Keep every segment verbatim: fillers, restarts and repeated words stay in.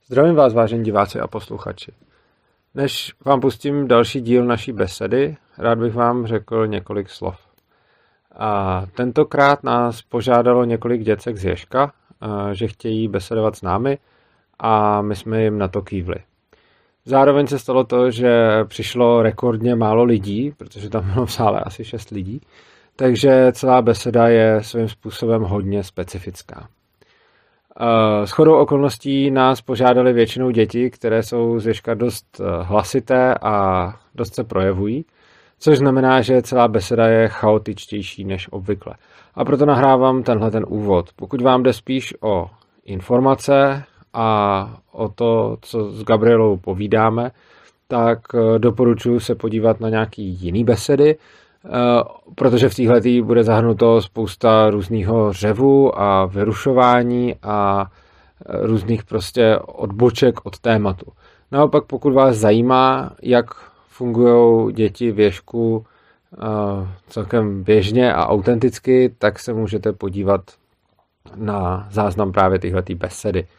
Zdravím vás, vážení diváci a posluchači. Než vám pustím další díl naší besedy, rád bych vám řekl několik slov. A tentokrát nás požádalo několik děcek z Ježka, že chtějí besedovat s námi a my jsme jim na to kývli. Zároveň se stalo to, že přišlo rekordně málo lidí, protože tam bylo v sále asi šest lidí, takže celá beseda je svým způsobem hodně specifická. Shodou okolností nás požádali většinou děti, které jsou z Ježka dost hlasité a dost se projevují, což znamená, že celá beseda je chaotičtější než obvykle. A proto nahrávám tenhle ten úvod. Pokud vám jde spíš o informace a o to, co s Gabrielou povídáme, tak doporučuji se podívat na nějaký jiný besedy, protože v téhletý bude zahrnuto spousta různého řevu a vyrušování a různých prostě odboček od tématu. Naopak, pokud vás zajímá, jak fungují děti v Ježku celkem běžně a autenticky, tak se můžete podívat na záznam právě téhletý besedy.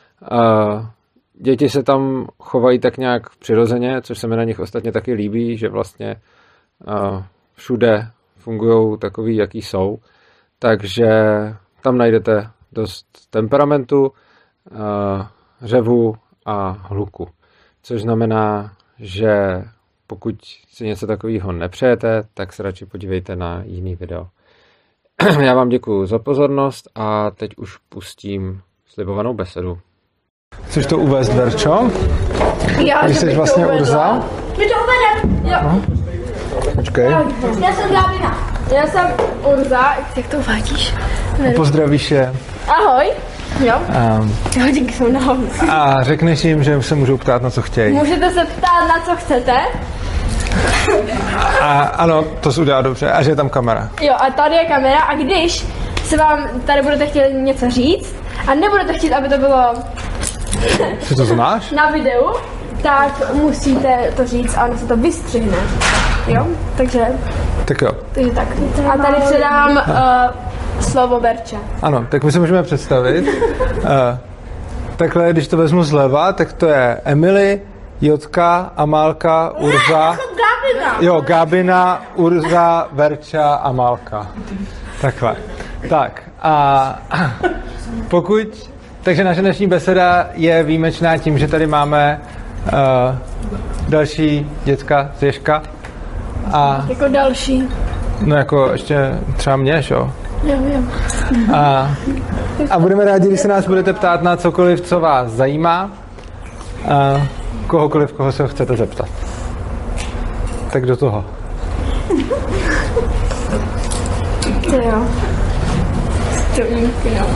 Děti se tam chovají tak nějak přirozeně, což se mi na nich ostatně taky líbí, že vlastně všude fungují takový, jaký jsou, takže tam najdete dost temperamentu, řevu a hluku, což znamená, že pokud si něco takového nepřejete, tak se radši podívejte na jiný video. Já vám děkuju za pozornost a teď už pustím slibovanou besedu. Chceš to uvést, Verčo? Já, když jsi vlastně Urza? My to uvedem, jo. No. Počkej. Já jsem Gabina. Já jsem Urza, jak to uvádíš? Pozdravíš je. Ahoj. Jo. Um, Hodinky jsou na hlavu. A řekneš jim, že se můžou ptát, na co chtějí. Můžete se ptát, na co chcete. A ano, to se udělá dobře. A že je tam kamera. Jo, a tady je kamera a když se vám tady budete chtít něco říct a nebudete chtít, aby to bylo Ty to znáš? na videu, tak musíte to říct a ono se to vystřihne. Jo, takže... Tak jo. Takže tak. A tady předám uh, slovo Verče. Ano, tak my se můžeme představit. Uh, takhle, když to vezmu zleva, tak to je Emily, Jotka, Amálka, Urza. Ne, Gabina. Jo, Gabina, Urza, Verča, Amálka. Takhle. Tak a pokud... Takže naše dnešní beseda je výjimečná tím, že tady máme uh, další děcka z Ježka. A, Jako další. no jako ještě třeba mě, jo? Jo, jo. A, a budeme rádi, když se nás budete ptát na cokoliv, co vás zajímá. A kohokoliv, koho se chcete zeptat. Tak do toho. To jo. To výjimky, jo.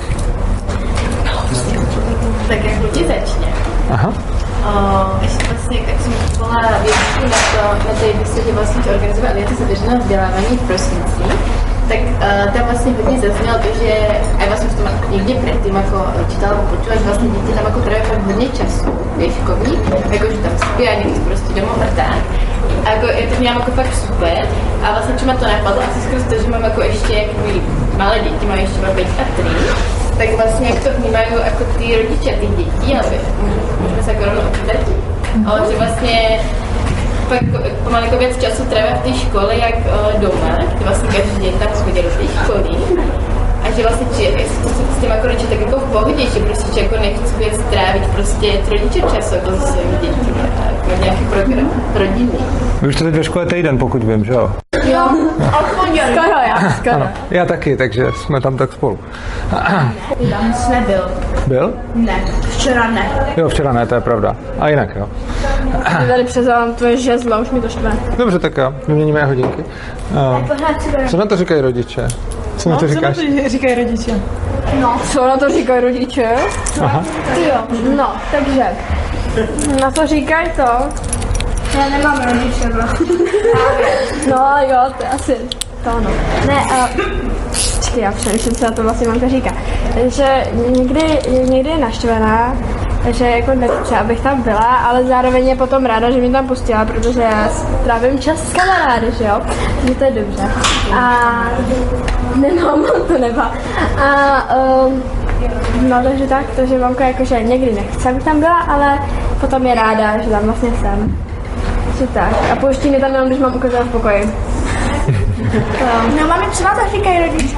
Tak jako ti začne. Aha. Uh, ještě vlastně, jak jsem kupovala vědětku na, to, na té besedě vlastně, že organizuje Aliance za veřejné vzdělávání v prosinci, tak uh, tam vlastně hodně zaznělo to, že a vlastně v tom někde předtím jako čítala a počula, že vlastně děti tam jako tráví fakt hodně času věškovní, jakože tam spí a někdy prostě domů a tak. A jako, je to měla jako fakt super a vlastně čo ma to napadlo, asi skrz to, že mám jako ještě jakoby malé děti, mám ještě mám pět a tři, tak vlastně jak to vnímají jako ty rodiče těch dětí, ale můžeme se jako rovnou opýtat, ale že vlastně pak pomalu jako víc času tráví v té škole jak doma, kdy vlastně každý den tam chodí do té školy. A že vlastně či, jestli to s tím jako rodiče tak jako v pohodě, že prostě či jako nechci věc trávit prostě rodiče času jako se svými dětmi a jako nějaký program rodinný. Vy už to teď ve škole týden, pokud vím, že jo? Jo, aspoň skoro já, skoro. Ano, já taky, takže jsme tam tak spolu. Tam jsme byl. Byl? Ne, včera ne. Jo, včera ne, to je pravda. A jinak, jo. Já tady přezávám tvoje žezlo, už mi to štve. Dobře, tak jo, vyměníme hodinky. Uh, co na to říkají rodiče? Co na to říkáš? Co na to říkají rodiče? No, co na to říkají rodiče? Aha. Ty jo, no, takže, na to říkají to. Já nemám rodiče, bro. No jo, to je asi to ano. Ne, uh, počkej, já přemýšlím, co na to vlastně mám to říkat. Že někdy, někdy je naštvaná, že jako nechce, abych tam byla, ale zároveň je potom ráda, že mě tam pustila, protože já trávím čas s kamarády, že jo? Takže to je dobře. A nemám, to nemá. A um, No takže tak, to, že mamka jakože někdy nechce, abych tam byla, ale potom je ráda, že tam vlastně jsem. Takže tak. A pouští mě tam jenom, když mám ukazovat v pokoji. No, máme třeba to říkají rodiče.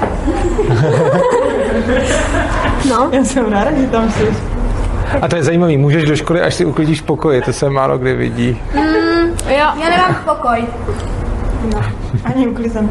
No. Já jsem ráda, že tam jsi. A to je zajímavý, můžeš do školy, až si uklidíš pokoji, to se málo kdy vidí. Mm, jo, já nemám pokoj. No. Ani uklizený.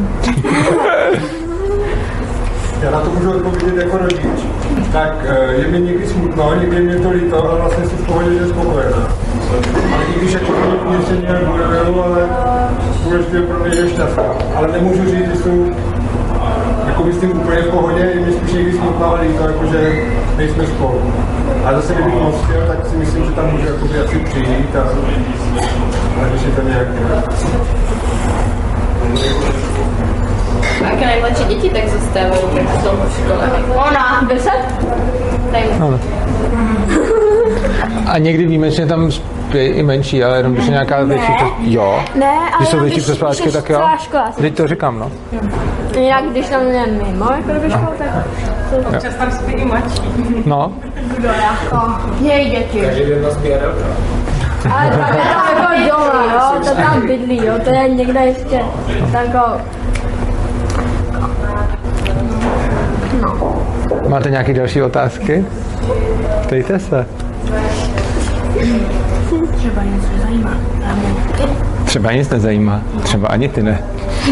Já na to můžu odpovědět jako rodič. Tak je mi někdy smutno, někdy mě to líto, ale vlastně si v pohodě, že spokojená. Ale i když jako mě se nějak bojuju, ale důležité pro mě je šťastná. Ale nemůžu říct, že jsou jako by s tím úplně v pohodě, je mi spíš někdy smutno, ale líto, jakože nejsme spolu. Ale zase kdybych moc chtěl, tak si myslím, že tam můžu jakoby asi přijít a takže to nějak A jaké nejmladší děti tak zůstávají tak v tom škole? Ona, deset? Ano. A někdy výjimečně tam spí i menší, ale jenom když je nějaká větší přes... Jo. Ne, ale když jsou větší když, přespáčky, když tak jo. Škola, teď to říkám, no. Jinak když tam je mimo jako do školy, tak... To... Občas tam spí i mladší. No. Kdo jako? Její děti. Takže jdem na spěrelka. Ale tam je tam jako doma, jo, to tam bydlí, jo, to je někde ještě tako... No. Máte nějaké další otázky? Ptejte se. Třeba nic nezajímá. Třeba nic nezajímá. Třeba ani ty ne.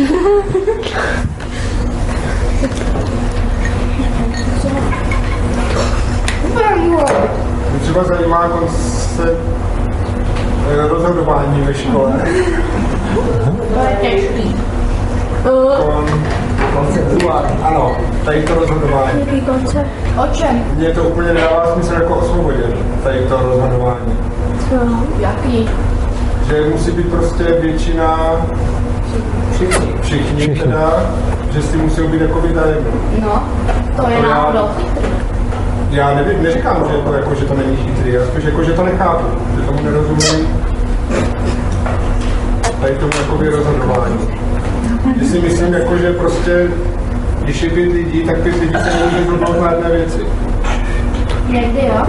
Mě třeba zajímá koncept rozhodování ve škole. To je těžký. Kon, konceptuální, ano, tady to rozhodování. Jaký koncept? O čem? Mně to úplně nedává smysl jako o svobodě, tady to rozhodování. Co? Jaký? Že musí být prostě většina, všichni, všichni, všichni. teda, že si musí být jako tajemný. No, to je náhodou chytrý. Já nevím, neříkám, že, to, jako, že to není chytrý, já spíš jako, že to nechápu, že tomu nerozumím. Tady tomu jakoby rozhodování. Že si myslím, jako, že prostě, když je pět lidí, tak pět lidí se nemůže zhodnout na jedné věci. Někdy, jo?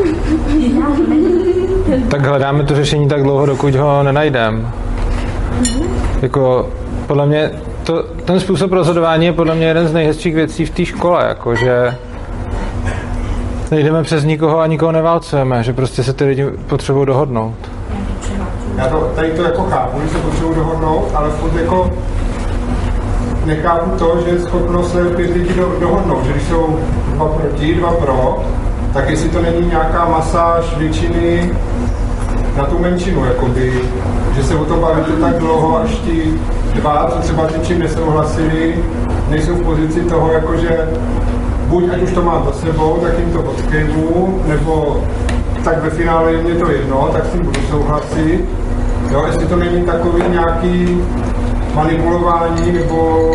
Tak hledáme to řešení tak dlouho, dokud ho nenajdeme. Jako, podle mě, to, ten způsob rozhodování je podle mě jeden z nejhezčích věcí v té škole, jako, že nejdeme přes nikoho a nikoho neválcujeme, že prostě se ty lidi potřebují dohodnout. Já to, tady to jako chápu, že se potřebují dohodnout, ale furt jako nechápu to, že je schopno se pět lidí do, dohodnout, že když jsou dva proti, dva pro, tak jestli to není nějaká masáž většiny na tu menšinu, jakoby, že se o tom bavíte tak dlouho, až ti dva, co třeba něčím nesouhlasili, nejsou v pozici toho, jakože buď ať už to mám za sebou, tak jim to odkejvu, nebo tak ve finále je mě to jedno, tak s tím budu souhlasit. Jo, jestli to není takový nějaký manipulování, nebo...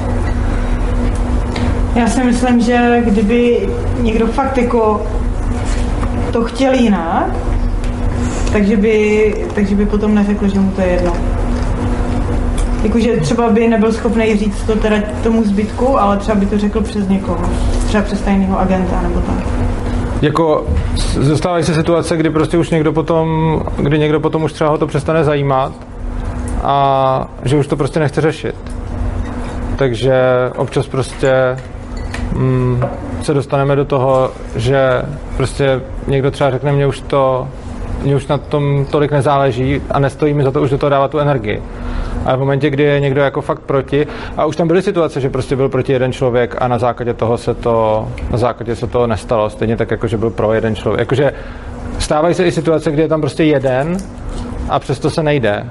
Já si myslím, že kdyby někdo fakt jako to chtěl jinak, takže by, takže by potom neřekl, že mu to je jedno. Jakože třeba by nebyl schopný říct to teda tomu zbytku, ale třeba by to řekl přes někoho. Třeba přes tajného agenta nebo tak. Jako zastávají se situace, kdy prostě už někdo potom, kdy někdo potom už třeba ho to přestane zajímat a že už to prostě nechce řešit. Takže občas prostě mm, se dostaneme do toho, že prostě někdo třeba řekne, mě už to mě už na tom tolik nezáleží a nestojí mi za to už do toho dávat tu energii. Ale v momentě, kdy je někdo jako fakt proti, a už tam byly situace, že prostě byl proti jeden člověk a na základě toho se to, na základě se to nestalo, stejně tak jako, že byl pro jeden člověk. Jakože stávají se i situace, kdy je tam prostě jeden a přesto se nejde.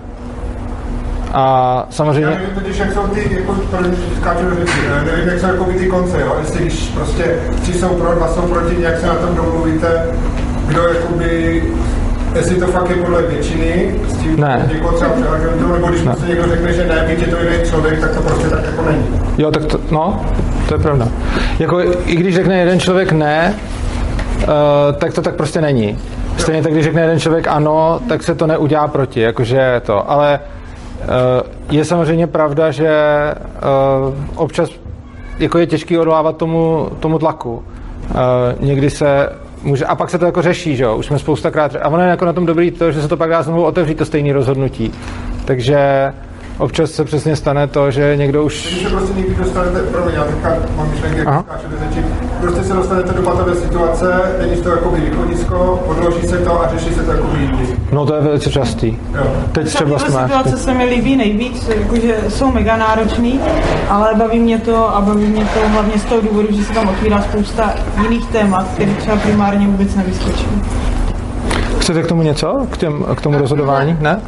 A samozřejmě... Já nevím totiž, jak jsou ty, jako první skáču do řeči, nevím, jak jsou jako ty konce, jo? Jestli když prostě tři jsou pro, dva jsou proti, nějak se na tom domluvíte, kdo jakoby, jestli to fakt je podle většiny, s tím ne. někoho třeba převažujem, nebo když ne. prostě někdo řekne, že ne, byť je to jeden člověk, tak to prostě tak jako není. Jo, tak to, no, to je pravda. Jako i když řekne jeden člověk ne, uh, tak to tak prostě není. Stejně tak, když řekne jeden člověk ano, tak se to neudělá proti, jakože to, ale uh, je samozřejmě pravda, že uh, občas jako je těžký odolávat tomu, tomu tlaku. Uh, někdy se může, a pak se to jako řeší, že jo, už jsme spoustakrát, a ono je jako na tom dobrý to, že se to pak dá znovu otevřít to stejné rozhodnutí. Takže občas se přesně stane to, že někdo už... Když se prostě někdy dostanete, promiň, já teďka mám myšlenky, jak skáče do řeči, prostě se dostanete do patové situace, není to jakoby východisko, odloží se to a řeší se to jakoby jindy. No to je velice častý. Jo. Teď třeba jsme... situace se mi líbí nejvíc, jakože jsou mega náročný, ale baví mě to a baví mě to hlavně z toho důvodu, že se tam otvírá spousta jiných témat, které třeba primárně vůbec nevyskočí. Chcete k tomu něco? K, těm, k tomu rozhodování? Ne?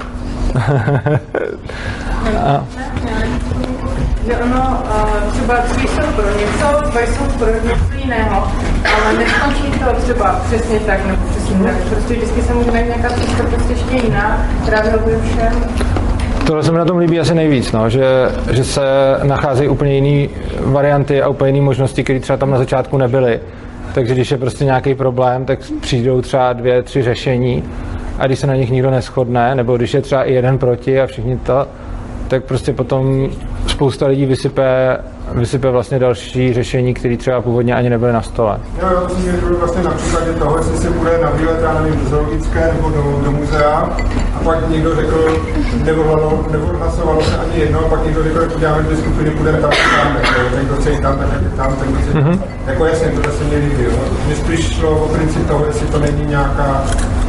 A. Že ono, třeba tři jsou pro něco, dva jsou pro něco jiného, ale neskončí to třeba přesně tak, nebo přesně tak. Prostě vždycky se může najít nějaká cesta prostě ještě jiná, která vyhovuje všem. Tohle se mi na tom líbí asi nejvíc, no, že, že se nacházejí úplně jiné varianty a úplně jiné možnosti, které třeba tam na začátku nebyly. Takže když je prostě nějaký problém, tak přijdou třeba dvě, tři řešení a když se na nich nikdo neshodne, nebo když je třeba i jeden proti a všichni to, tak prostě potom spousta lidí vysype, vysype vlastně další řešení, které třeba původně ani nebyly na stole. Jo, já to jsem měl vlastně na příkladě toho, jestli se bude na výlet, já nevím, do zoologické nebo do, do muzea a pak někdo řekl, neodhlasovalo se ani jedno, a pak někdo řekl, že uděláme dvě skupiny, půjdeme tam a tam, ten, kdo chce jít tam, tak je tam, ten, kdo chce jít tam. Mm-hmm. Jako jasně, to se mě líbí, jo. Mně spíš šlo o princip toho, jestli to není nějaká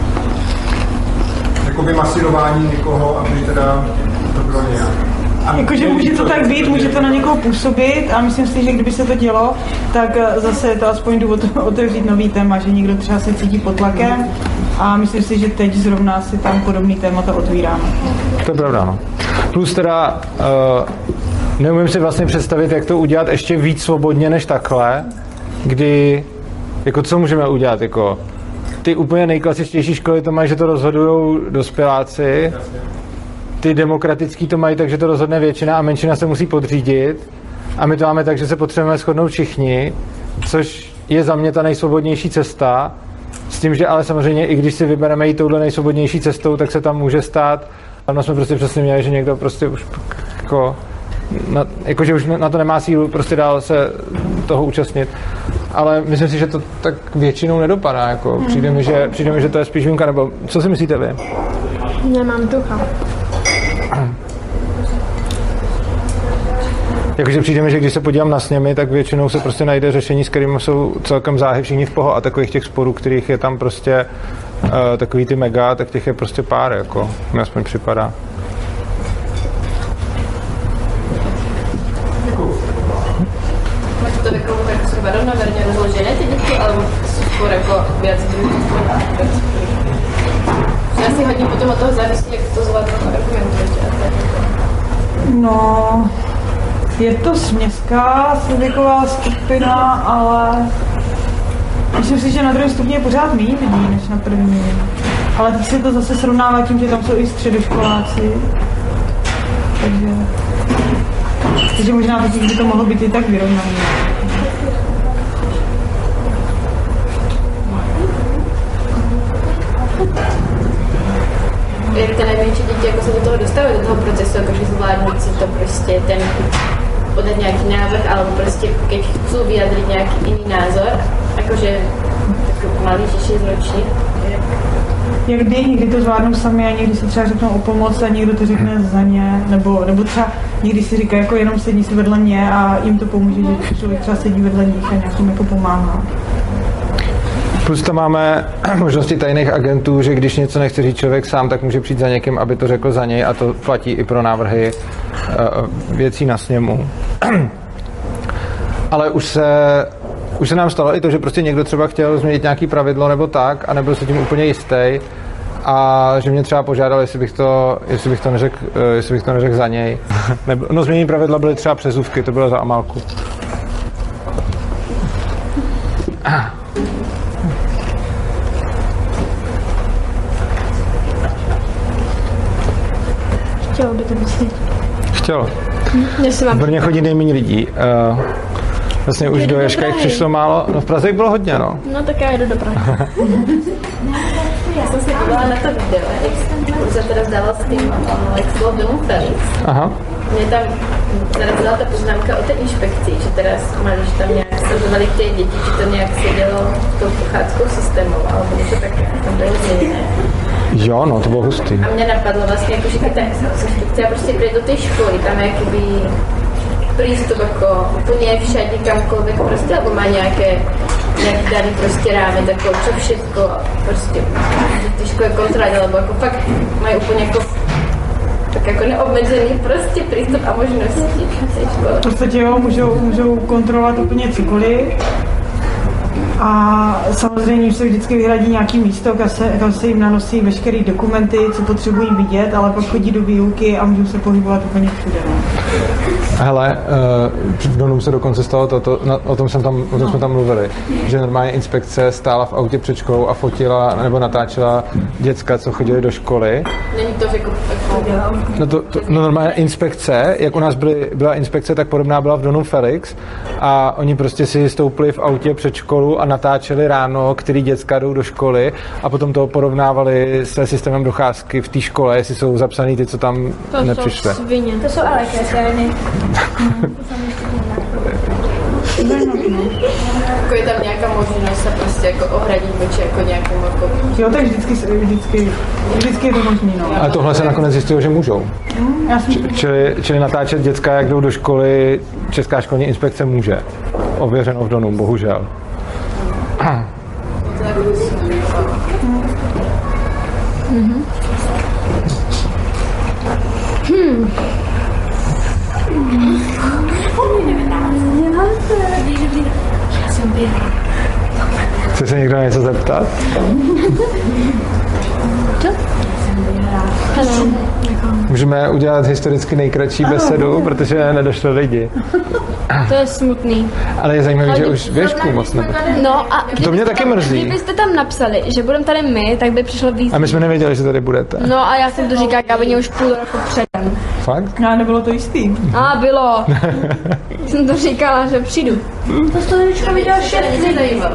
jakoby masírování někoho, aby teda to bylo nějak. Jakože může to tak být, může to na někoho působit a myslím si, že kdyby se to dělo, tak zase je to aspoň důvod otevřít nový téma, že někdo třeba se cítí pod tlakem a myslím si, že teď zrovna si tam podobný témata otvíráme. To je pravda, no. Plus teda uh, neumím si vlastně představit, jak to udělat ještě víc svobodně než takhle, kdy, jako co můžeme udělat, jako ty úplně nejklasičtější školy to mají, že to rozhodujou dospěláci, ty demokratický to mají tak, že to rozhodne většina a menšina se musí podřídit a my to máme tak, že se potřebujeme shodnout všichni, což je za mě ta nejsvobodnější cesta, s tím, že ale samozřejmě i když si vybereme jít touhle nejsvobodnější cestou, tak se tam může stát, ano jsme prostě přesně měli, že někdo prostě už jako, na, jako že už na to nemá sílu prostě dál se toho účastnit. Ale myslím si, že to tak většinou nedopadá. Jako. Přijde, mi, že, přijde mi, že to je spíš výjimka, nebo co si myslíte vy? Nemám tucha. Jakože přijde mi, že když se podívám na sněmy, tak většinou se prostě najde řešení, s kterými jsou celkem záhy všichni v poho a takových těch sporů, kterých je tam prostě uh, takový ty mega, tak těch je prostě pár, jako mi aspoň připadá. Máš to takovou jako třeba rovnoměrně rozložené ty děti, alebo skôr jako viac druhých? Já si hodně potom od toho závisí, jak to zvládnu argumentovat. No, je to směská věková skupina, ale myslím si, že na druhém stupni je pořád méně lidí než na první. Ale teď se to zase srovnává tím, že tam jsou i středoškoláci. Takže, takže možná teď by to mohlo být i tak vyrovnané. Jak ty nejmenší děti jako se do toho dostávají, do toho procesu, jakože zvládnout si to prostě ten podat nějaký návrh, alebo prostě keď chcú vyjadriť nějaký jiný názor, jakože takový malý šestnáctiroční. Jak kdy, někdy to zvládnou sami a někdy si třeba řeknou o pomoc a někdo to řekne za ně, nebo, nebo třeba někdy si říká, jako jenom sedí si vedle mě a jim to pomůže, že člověk třeba sedí vedle nich a nějakým jako pomáhá. Plus to máme možnosti tajných agentů, že když něco nechce říct člověk sám, tak může přijít za někým, aby to řekl za něj a to platí i pro návrhy uh, věcí na sněmu. Ale už se, už se nám stalo i to, že prostě někdo třeba chtěl změnit nějaký pravidlo nebo tak a nebyl se tím úplně jistý a že mě třeba požádal, jestli bych to, jestli bych to neřekl, uh, jestli bych to neřekl za něj. No změnění pravidla byly třeba přezůvky, to bylo za Amálku. Chtělo by to vlastně. Chtělo. V Brně chodí nejméně lidí. Uh, vlastně už do Ježka jich přišlo málo. No v Praze jich bylo hodně, no. No tak já jdu do Prahy. Já jsem si dívala na to video, jak se teda zdala s tím Lexlov domů Felix. Aha. Mě tam narazila ta poznámka o té inšpekci, že teda mali, že tam nějak nasazovali ty děti, že to nějak sedělo tou pochádskou systémou, ale něco také, tam bylo změněné. Jo, no, to bylo hustý. A mě napadlo vlastně, jako, že ty tak chtěla prostě přijít do té školy, tam je jakoby přístup jako úplně všade, kamkoliv prostě, nebo má nějaké, nějaký daný prostě rámy, jako co všechno, prostě ty školy kontrolovat, nebo jako fakt mají úplně jako tak jako neobmedzený prostě přístup a možnosti té školy. V podstatě jo, můžou, můžou kontrolovat úplně cokoliv. A samozřejmě se vždycky vyhradí nějaký místo, kam se, kam se jim nanosí veškeré dokumenty, co potřebují vidět, ale pak chodí do výuky a můžou se pohybovat úplně všude. No. Hele, v Donu se dokonce stalo to, to, o tom, jsem tam, o tom jsme tam mluvili, že normálně inspekce stála v autě před školou a fotila nebo natáčela děcka, co chodili do školy. Není to jako... No, to, to, no normálně inspekce, jak u nás byly, byla inspekce, tak podobná byla v Donu Felix a oni prostě si stoupili v autě před školu a natáčeli ráno, který děcka jdou do školy a potom to porovnávali se systémem docházky v té škole, jestli jsou zapsaný ty, co tam to nepřišli. To jsou svině. To jsou elektrikány. Jako je tam nějaká možnost se prostě jako ohradit vůči jako nějakému jako... Jo, tak vždycky, vždycky, vždycky je to možný, no. Ale tohle se nakonec zjistilo, že můžou. Mm, jasný. Č- čili, čili natáčet děcka, jak jdou do školy, Česká školní inspekce může. Ověřeno v Donu, bohužel. Mhm. Hmm. Chce se někdo něco zeptat? Co? Můžeme udělat historicky nejkratší besedu, protože nedošlo lidi. To je smutný. Ale je zajímavé, Ale že kdy- už věšku moc nebylo. No a To mě taky mrzí. Kdybyste tam napsali, že budeme tady my, tak by přišlo víc. A my jsme nevěděli, že tady budete. No a já jsem to říkala Gabině už půl roku předem. Fakt? No, nebylo to jistý. A bylo. Jsem to říkala, že přijdu. To jste teďka viděla Mě to zajímalo.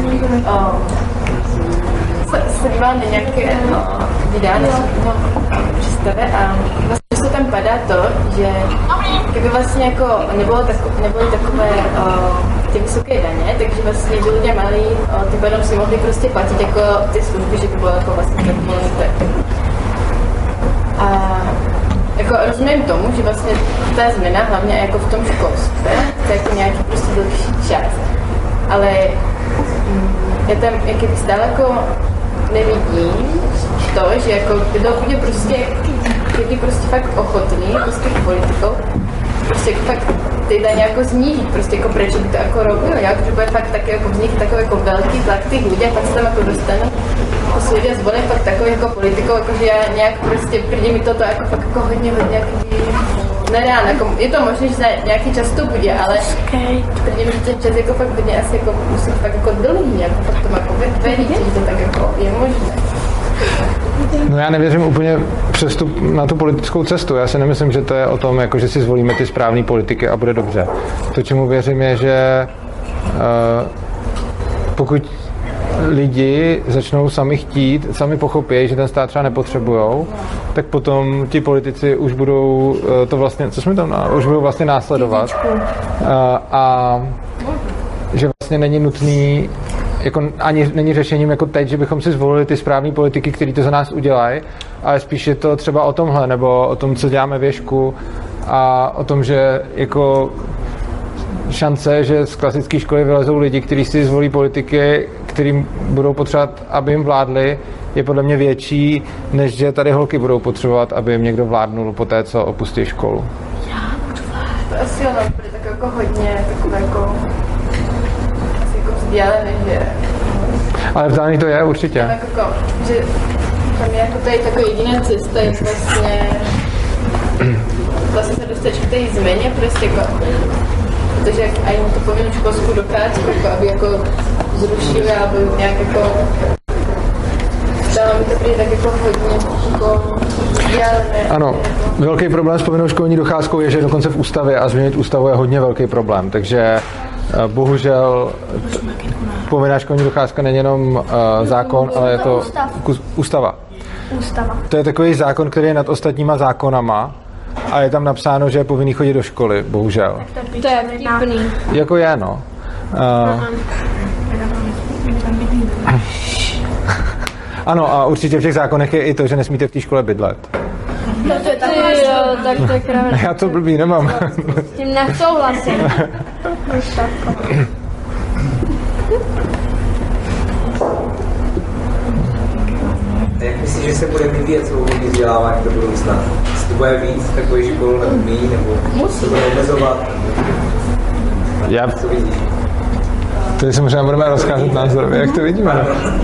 Se dívám na nějaké videa, no, představy a vlastně se tam padá to, že kdyby vlastně jako nebylo tako, nebyly takové uh, ty vysoké daně, takže vlastně by lidé mali, uh, ty pádem si mohli prostě platit jako ty služby, že by bylo jako vlastně tak volné. A jako rozumím tomu, že vlastně ta změna, hlavně jako v tom školství, to je jako nějaký prostě delší čas, ale mm, já tam jaký stále jako nevidím to, že jako kdo bude prostě, kdy prostě fakt ochotný prostě politikou, prostě jako fakt ty daně jako znížit, prostě jako proč by to jako robil, já, že bude fakt taky jako vznik takový jako velký tlak těch lidí a pak se tam jako dostane prostě lidé zvolí fakt takovou jako politikou, jako že já nějak prostě přijde mi toto jako fakt jako hodně, hodně jaký nereálné, jako je to možné, že za nějaký čas to bude, ale přijde mi, že ten čas jako fakt hodně asi jako musí fakt jako dlouhý, jako fakt to má jako vědět, že to tak jako je možné. No já nevěřím úplně přestup na tu politickou cestu. Já si nemyslím, že to je o tom, jako že si zvolíme ty správné politiky a bude dobře. To, čemu věřím, je, že uh, pokud lidi začnou sami chtít, sami pochopí, že ten stát třeba nepotřebujou, tak potom ti politici už budou uh, to vlastně, co jsme tam, už budou vlastně následovat. Uh, a že vlastně není nutný jako ani není řešením jako teď, že bychom si zvolili ty správné politiky, které to za nás udělají, ale spíš je to třeba o tomhle, nebo o tom, co děláme věšku a o tom, že jako šance, že z klasické školy vylezou lidi, kteří si zvolí politiky, kterým budou potřebovat, aby jim vládli, je podle mě větší, než že tady holky budou potřebovat, aby jim někdo vládnul po té, co opustí školu. To asi ono, bude tak jako hodně takové jako vzdělený, že... Ale vzdálený to je určitě. Tak jako, že tam je jako tady taková jediná cesta, jak vlastně vlastně se dostat k té změně, prostě jako, protože jak a jim to povinnou školskou docházku, jako, aby jako zrušili, aby nějak jako dalo mi to přijde tak jako hodně jako vzdělené. Ano, velký problém s povinnou školní docházkou je, že dokonce v ústavě a změnit ústavu je hodně velký problém, takže bohužel t- povinná školní docházka není jenom uh, zákon, ale je to kus, ústava. Ústava. To je takový zákon, který je nad ostatníma zákonama a je tam napsáno, že je povinný chodit do školy, bohužel. To je vtipný. Jako je, no. Uh, ano, a určitě v těch zákonech je i to, že nesmíte v té škole bydlet. No to je tak, jo, tak to je krávě. Já to blbý nemám. S tím nesouhlasím. Jak myslíš, že se bude vyvíjet svobodný vzdělávání do budoucna? Jestli to bude víc takových škol nebo míň, nebo se to bude omezovat? Já... Co vidíš? Tady se možná budeme rozcházet názorově, jak to vidíme.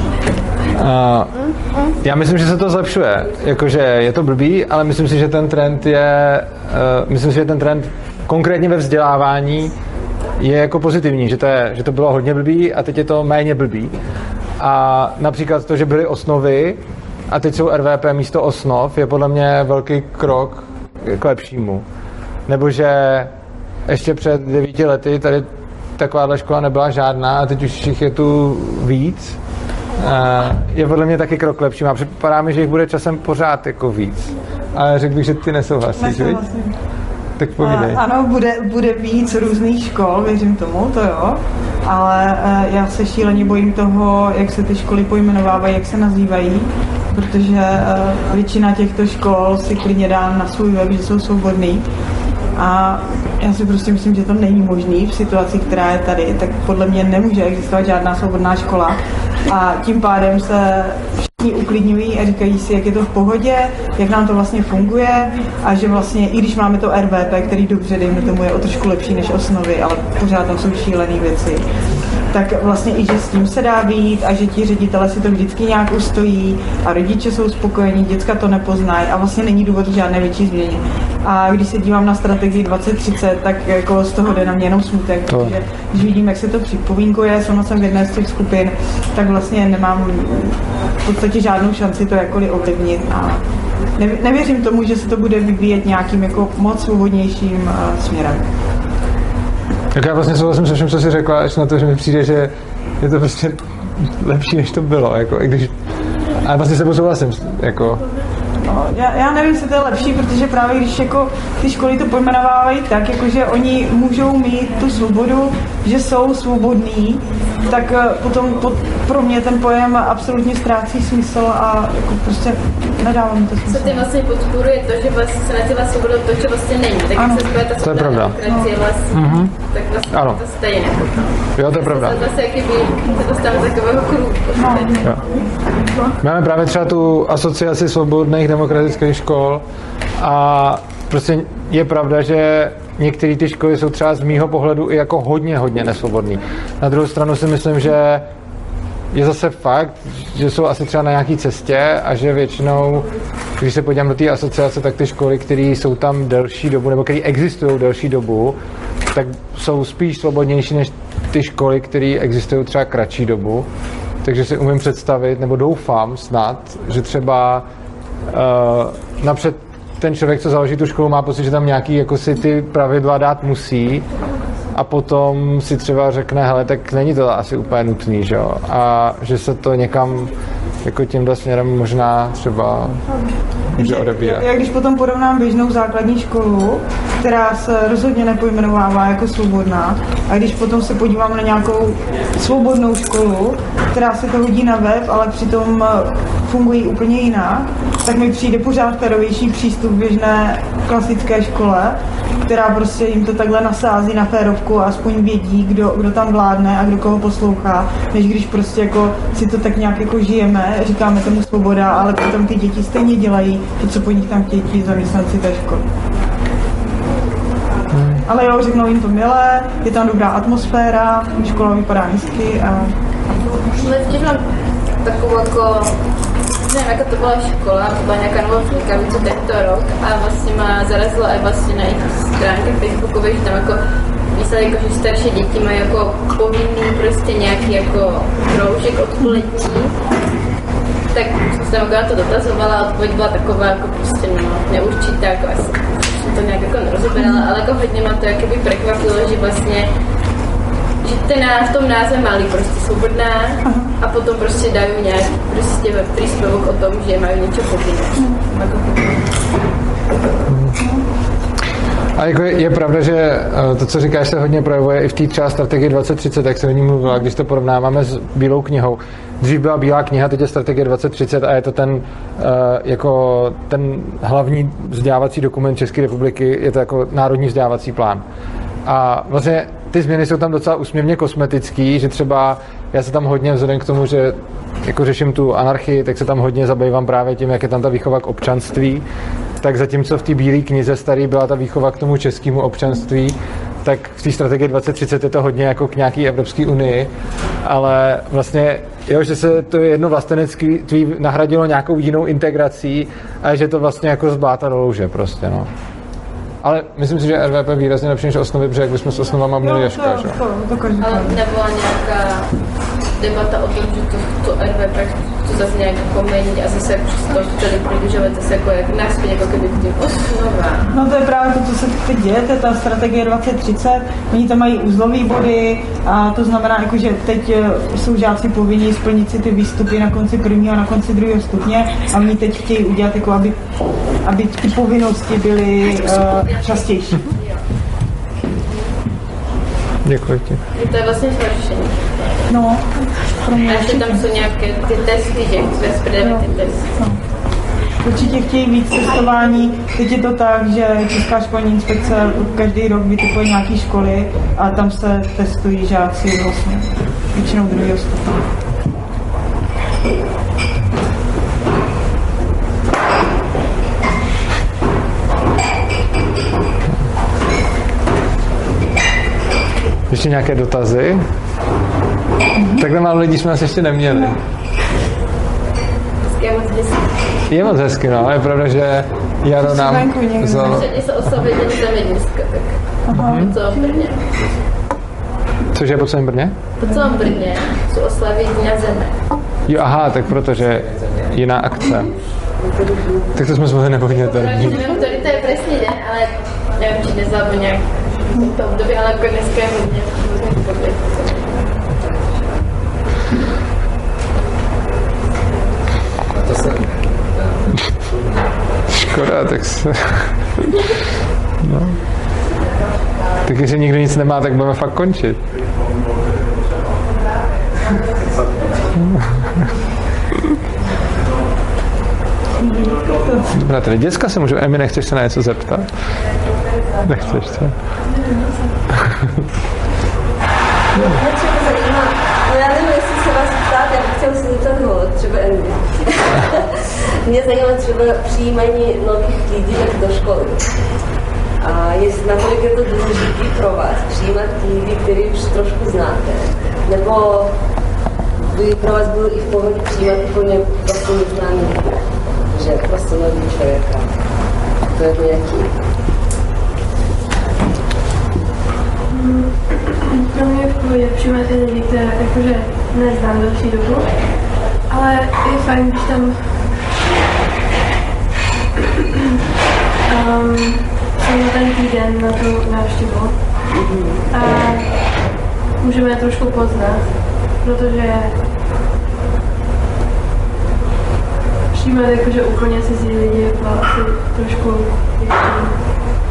A já myslím, že se to zlepšuje. Jakože je to blbý, ale myslím si, že ten trend je... Uh, myslím si, že ten trend konkrétně ve vzdělávání je jako pozitivní, že to, je, že to bylo hodně blbý a teď je to méně blbý. A například to, že byly osnovy a teď jsou R V P místo osnov, je podle mě velký krok k lepšímu. Nebo že ještě před devíti lety tady takováhle škola nebyla žádná a teď už jich je tu víc. Je podle mě taky krok k lepšímu a připadá mi, že jich bude časem pořád jako víc. Ale řekl bych, že ty nesouhlasíš, viď? Tak povídej. Ano, bude, bude víc různých škol, věřím tomu, to jo. Ale uh, já se šíleně bojím toho, jak se ty školy pojmenovávají, jak se nazývají, protože uh, většina těchto škol si klidně dá na svůj web, že jsou svobodný. A já si prostě myslím, že to není možný v situaci, která je tady, tak podle mě nemůže existovat žádná svobodná škola. A tím pádem se všichni uklidňují a říkají si, jak je to v pohodě, jak nám to vlastně funguje a že vlastně, i když máme to R V P, který dobře, dejme tomu, je o trošku lepší než osnovy, ale pořád tam jsou šílené věci, tak vlastně i, že s tím se dá být a že ti ředitelé si to vždycky nějak ustojí a rodiče jsou spokojení, děcka to nepoznají a vlastně není důvod žádné větší změny. A když se dívám na strategii dvacet třicet, tak jako z toho jde na mě jenom smutek, to. Protože když vidím, jak se to připomínkuje, sama jsem v jedné z těch skupin, tak vlastně nemám v podstatě žádnou šanci to jakkoliv ovlivnit a nevěřím tomu, že se to bude vyvíjet nějakým jako moc svobodnějším uh, směrem. Tak já vlastně souhlasím se všem, co jsi řekla, až na to, že mi přijde, že je to prostě lepší, než to bylo, jako, i když... Ale vlastně se souhlasím, jako... No, já, já nevím, jestli to je lepší, protože právě když jako ty školy to pojmenovávají tak, jakože oni můžou mít tu svobodu, že jsou svobodní, tak potom pod, pro mě ten pojem absolutně ztrácí smysl a jako prostě nedává mi to smysl. Co ty vlastně podporuje to, že vlastně se nazývá svobodou to, co vlastně není. Tak ano. Se spojuje ta svobodná demokracie vlastně, mm-hmm. tak vlastně ano. To stejně. Jo, to je pravda. To zase jaký by se dostává takového kruhu. No. Máme právě třeba tu asociaci svobodných demokratických škol a prostě je pravda, že některé ty školy jsou třeba z mýho pohledu i jako hodně, hodně nesvobodný. Na druhou stranu si myslím, že je zase fakt, že jsou asi třeba na nějaké cestě a že většinou, když se podívám do té asociace, tak ty školy, které jsou tam delší dobu, nebo které existují delší dobu, tak jsou spíš svobodnější než ty školy, které existují třeba kratší dobu. Takže si umím představit, nebo doufám snad, že třeba uh, napřed ten člověk, co založí tu školu, má pocit, že tam nějaký jako si ty pravidla dát musí a potom si třeba řekne, hele, tak není to asi úplně nutný, že jo? A že se to někam jako tímhle směrem možná třeba může odebírat. Já když potom porovnám běžnou základní školu, která se rozhodně nepojmenovává jako svobodná, a když potom se podívám na nějakou svobodnou školu, která se to hodí na web, ale přitom fungují úplně jinak, tak mi přijde pořád férovější přístup v běžné klasické škole, která prostě jim to takhle nasází na férovku a aspoň vědí, kdo, kdo tam vládne a kdo koho poslouchá, než když prostě jako si to tak nějak jako žijeme, říkáme tomu svoboda, ale potom ty děti stejně dělají to, co po nich tam chtějí ti zaměstnanci té školy. Hmm. Ale jo, řeknou jim to milé, je tam dobrá atmosféra, škola vypadá hezky a... Vždyť mám takovou jako, nevím, jaká to byla škola, to byla nějaká nová vznikavnice tento rok a vlastně má zarazilo i vlastně na jejich stránkách Facebookové, že tam jako mysleli, jako, že starší děti mají jako povinný prostě nějaký jako kroužek odpoletí. Tak jsem se tam to dotazovala a odpověď byla taková jako prostě no, neurčitá, jako asi jsem to nějak jako nerozeberala, ale jako hodně má to jakoby překvapilo, že vlastně že ten v tom názve malý prostě svobodná a potom prostě dají nějaký prostě příspěvok o tom, že mají něco povinného. A jako je, je pravda, že to, co říkáš, se hodně projevuje i v té třeba strategii dvacet třicet, jak se o ní mluvila, když to porovnáváme s Bílou knihou. Dřív byla Bílá kniha, teď je strategie dvacet třicet a je to ten, jako ten hlavní vzdělávací dokument České republiky, je to jako národní vzdělávací plán. A vlastně ty změny jsou tam docela úsměvně kosmetický, že třeba já se tam hodně vzhledem k tomu, že jako řeším tu anarchii, tak se tam hodně zabývám právě tím, jak je tam ta výchova k občanství. Tak zatímco v té Bílé knize starý byla ta výchova k tomu českému občanství, tak v té strategii dvacet třicet je to hodně jako k nějaký Evropské unii, ale vlastně, jo, že se to jedno vlastenectví nahradilo nějakou jinou integrací a že to vlastně jako z bláta do louže prostě, no. Ale myslím si, že R V P výrazně lepší než osnovy, protože jak bychom s osnovama měli Ježka, že? Ale nebyla nějaká debata o tom, že to, to R V P to zase nějak jako měnit a zase to chtěli prodlužovat zase jako jak náspět, jako kdyby k těm osnovám. No to je právě to, co se teď děje, to je ta strategie dvacet třicet, oni tam mají uzlový body a to znamená, jako, že teď jsou žáci povinni splnit si ty výstupy na konci prvního a na konci druhého stupně a oni teď chtějí udělat, jako, aby, aby ty povinnosti byly uh, častější. Děkuji ti. To je vlastně zhoršení. No, pro mě a ještě tam jsou nějaké ty testy, že chceme spredávat ty testy. No. Určitě chtějí víc testování. Teď je to tak, že Česká školní inspekce každý rok vytipuje nějaké školy a tam se testují žáci vlastně většinou druhého stupně. Ještě nějaké dotazy? Mm-hmm. Takhle málo lidí jsme nás ještě neměli. Je moc hezky. Je moc hezky, no, ale je pravda, že Jaro nám vzal... Předtím se oslavili Den Zemědělska, tak Aha. po celém Brně. Cože po celém Brně? Po celém Brně jsou oslavy Dňa Zeme. Jo, aha, tak protože jiná akce. Tak to jsme se mohli nepovědět tady. Nevím, který to je přesný den, ale nevím, či dnes alebo nějak v tom době, ale jako dneska je hodně hodně To se... Škoda, tak se... No. Tak když nikdo nic nemá, tak budeme fakt končit. Dobrá, tady děcka se můžu... Emi, nechceš se na něco zeptat? Nechceš, co? No já nevím, jestli se vás ptát, já bych chtěl si zeptat ho, třeba Emi. Mě zajímá třeba přijímání nových lidí do školy. A jestli nakolik je to důležité pro vás přijímat lidi, který už trošku znáte. Nebo by pro vás bylo i v pohodě přijímat úplně prostě neznámý lidi. Že prostě nový člověka. To je nějaký... Pro mě je v pohodě přijímat ty lidi, které jakože neznám další dobu, ale je fajn, když tam um, jsem na ten týden na tu návštěvu a můžeme je trošku poznat, protože přijímat jakože úplně cizí lidi je to asi trošku větší.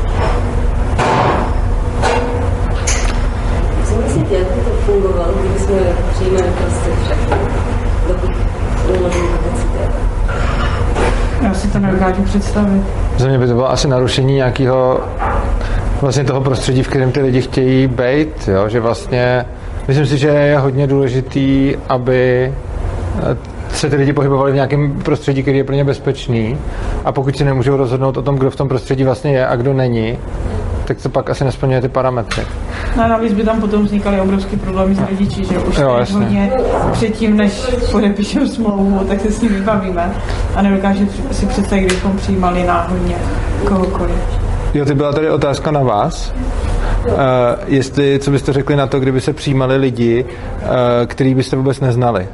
Myslíte, jak by to fungovalo, kdyby jsme přijímali prostě všechno, dokud umožní kapacitě? Já si to nedokážu představit. Za mě by to bylo asi narušení nějakého vlastně toho prostředí, v kterém ty lidi chtějí být, jo? Že vlastně myslím si, že je hodně důležitý, aby se ty lidi pohybovali v nějakém prostředí, který je pro ně bezpečný a pokud si nemůžou rozhodnout o tom, kdo v tom prostředí vlastně je a kdo není, tak to pak asi nesplňuje ty parametry. No a navíc by tam potom vznikaly obrovský problémy s rodiči, že už jo, hodně předtím, než podepíšeme smlouvu, tak se s ním vybavíme a nedokážu si představit, kdybychom přijímali náhodně kohokoliv. Jo, ty byla tady otázka na vás. Uh, jestli, co byste řekli na to, kdyby se přijímali lidi, uh, který byste vůbec neznali?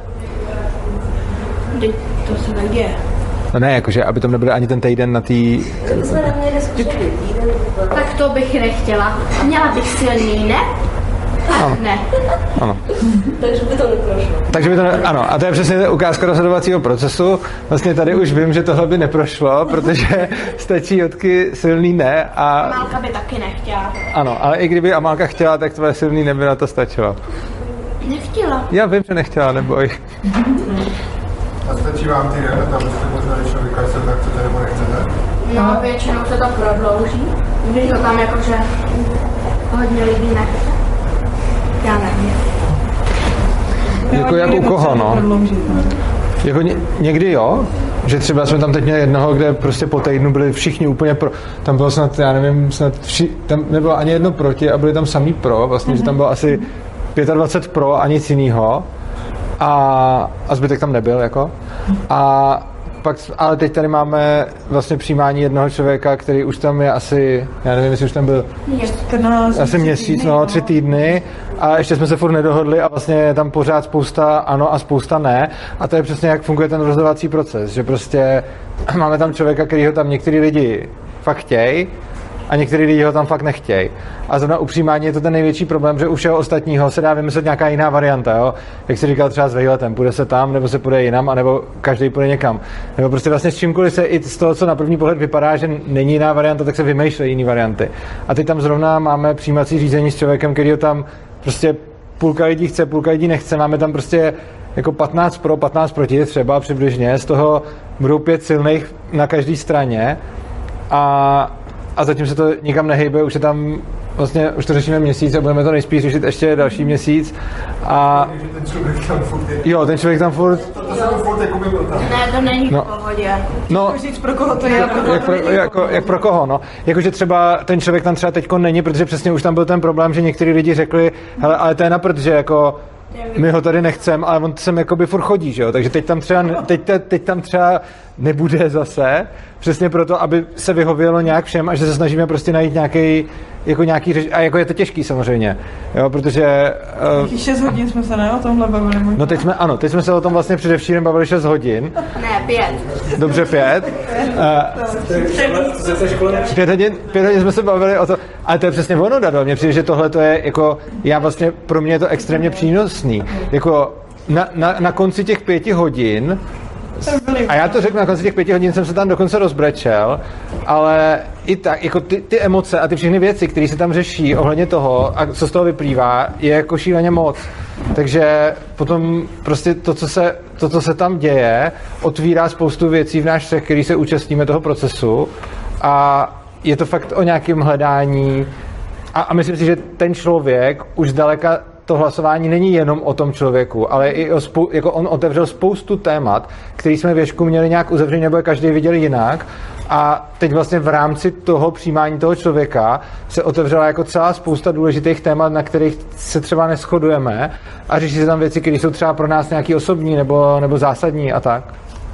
To se neděje. No ne, jakože, aby tam nebyl ani ten týden na tý... To jsme neměli zkušený týden. Tak to bych nechtěla. Měla bych silný, ne? Ano. Ne. Ano. Takže by to neprošlo. Takže by to ne... Ano, a to je přesně ukázka rozhodovacího procesu. Vlastně tady už vím, že tohle by neprošlo, protože stačí Jotky silný ne a... Amálka by taky nechtěla. Ano, ale i kdyby Amálka chtěla, tak tvoje silný ne by na to stačilo. Nechtěla. Já vím, že nechtěla, neboj. A stačí vám ty den, tam byste poznali člověka, jestli tak chcete nebo nechcete? No, většinou se to prodlouží, když to tam jakože hodně lidí nechce. Já nevím. Jako jak u koho, no? Jako ně, někdy jo, že třeba jsme tam teď měli jednoho, kde prostě po týdnu byli všichni úplně pro, tam bylo snad, já nevím, snad vši, tam nebylo ani jedno proti a byli tam samý pro, vlastně, mm-hmm. že tam bylo asi dvacet pět pro a nic jinýho a, a zbytek tam nebyl, jako. A pak, ale teď tady máme vlastně přijímání jednoho člověka, který už tam je asi, já nevím, jestli už tam byl asi měsíc, no, tři týdny a ještě jsme se furt nedohodli a vlastně je tam pořád spousta ano a spousta ne a to je přesně jak funguje ten rozhodovací proces, že prostě máme tam člověka, kterýho tam některý lidi fakt chtějí a některý lidi ho tam fakt nechtějí. A zrovna u přijímání je to ten největší problém, že u všeho ostatního se dá vymyslet nějaká jiná varianta, jo? Jak jsi říkal třeba s vejletem, půjde se tam, nebo se půjde jinam, anebo každý půjde někam. Nebo prostě vlastně s čímkoliv se i z toho, co na první pohled vypadá, že není jiná varianta, tak se vymýšlejí jiné varianty. A teď tam zrovna máme přijímací řízení s člověkem, který ho tam prostě půlka lidí chce, půlka lidí nechce. Máme tam prostě jako patnáct pro, patnáct proti třeba přibližně, z toho budou pět silných na každé straně a a zatím se to nikam nehejbe, už je tam vlastně, už to řešíme měsíc a budeme to nejspíš řešit ještě další měsíc a... Ten člověk tam furt je. Jo, ten člověk tam furt... To, to jsem furt jako by byl tam. Ne, to není no. v pohodě. No, říct, pro koho to je. Jak, jak, pro, jako, jak pro koho, no. Jakože třeba ten člověk tam třeba teďko není, protože přesně už tam byl ten problém, že některý lidi řekli, hele, ale to je na prd, že jako my ho tady nechcem, ale on sem jakoby furt chodí, že jo, takže teď tam třeba, teď, teď tam třeba nebude zase, přesně proto, aby se vyhovělo nějak všem a že se snažíme prostě najít nějaký, jako nějaký řeš... a jako je to těžký samozřejmě, jo, protože... Uh... šest hodin jsme se ne o tomhle bavili možná. No teď jsme, ano, teď jsme se o tom vlastně především bavili šest hodin. Ne, pět. Dobře, pět. Uh, pět hodin, pět hodin jsme se bavili o to, ale to je přesně ono, Dado, mně přijde, že tohle to je jako, já vlastně, pro mě je to extrémně přínosný, jako na, na, na konci těch pěti hodin a já to řeknu, na konci těch pěti hodin jsem se tam dokonce rozbrečel, ale i tak, jako ty, ty emoce a ty všechny věci, které se tam řeší ohledně toho a co z toho vyplývá, je jako šíleně moc. Takže potom prostě to, co se, to, co se tam děje, otvírá spoustu věcí v nás všech, který se účastníme toho procesu a je to fakt o nějakém hledání a, a myslím si, že ten člověk už zdaleka to hlasování není jenom o tom člověku, ale i o spou- jako on otevřel spoustu témat, který jsme věšku měli nějak uzavřený, nebo je každý viděl jinak. A teď vlastně v rámci toho přijímání toho člověka se otevřela jako celá spousta důležitých témat, na kterých se třeba neshodujeme a řeší se tam věci, které jsou třeba pro nás nějaký osobní nebo, nebo zásadní a tak.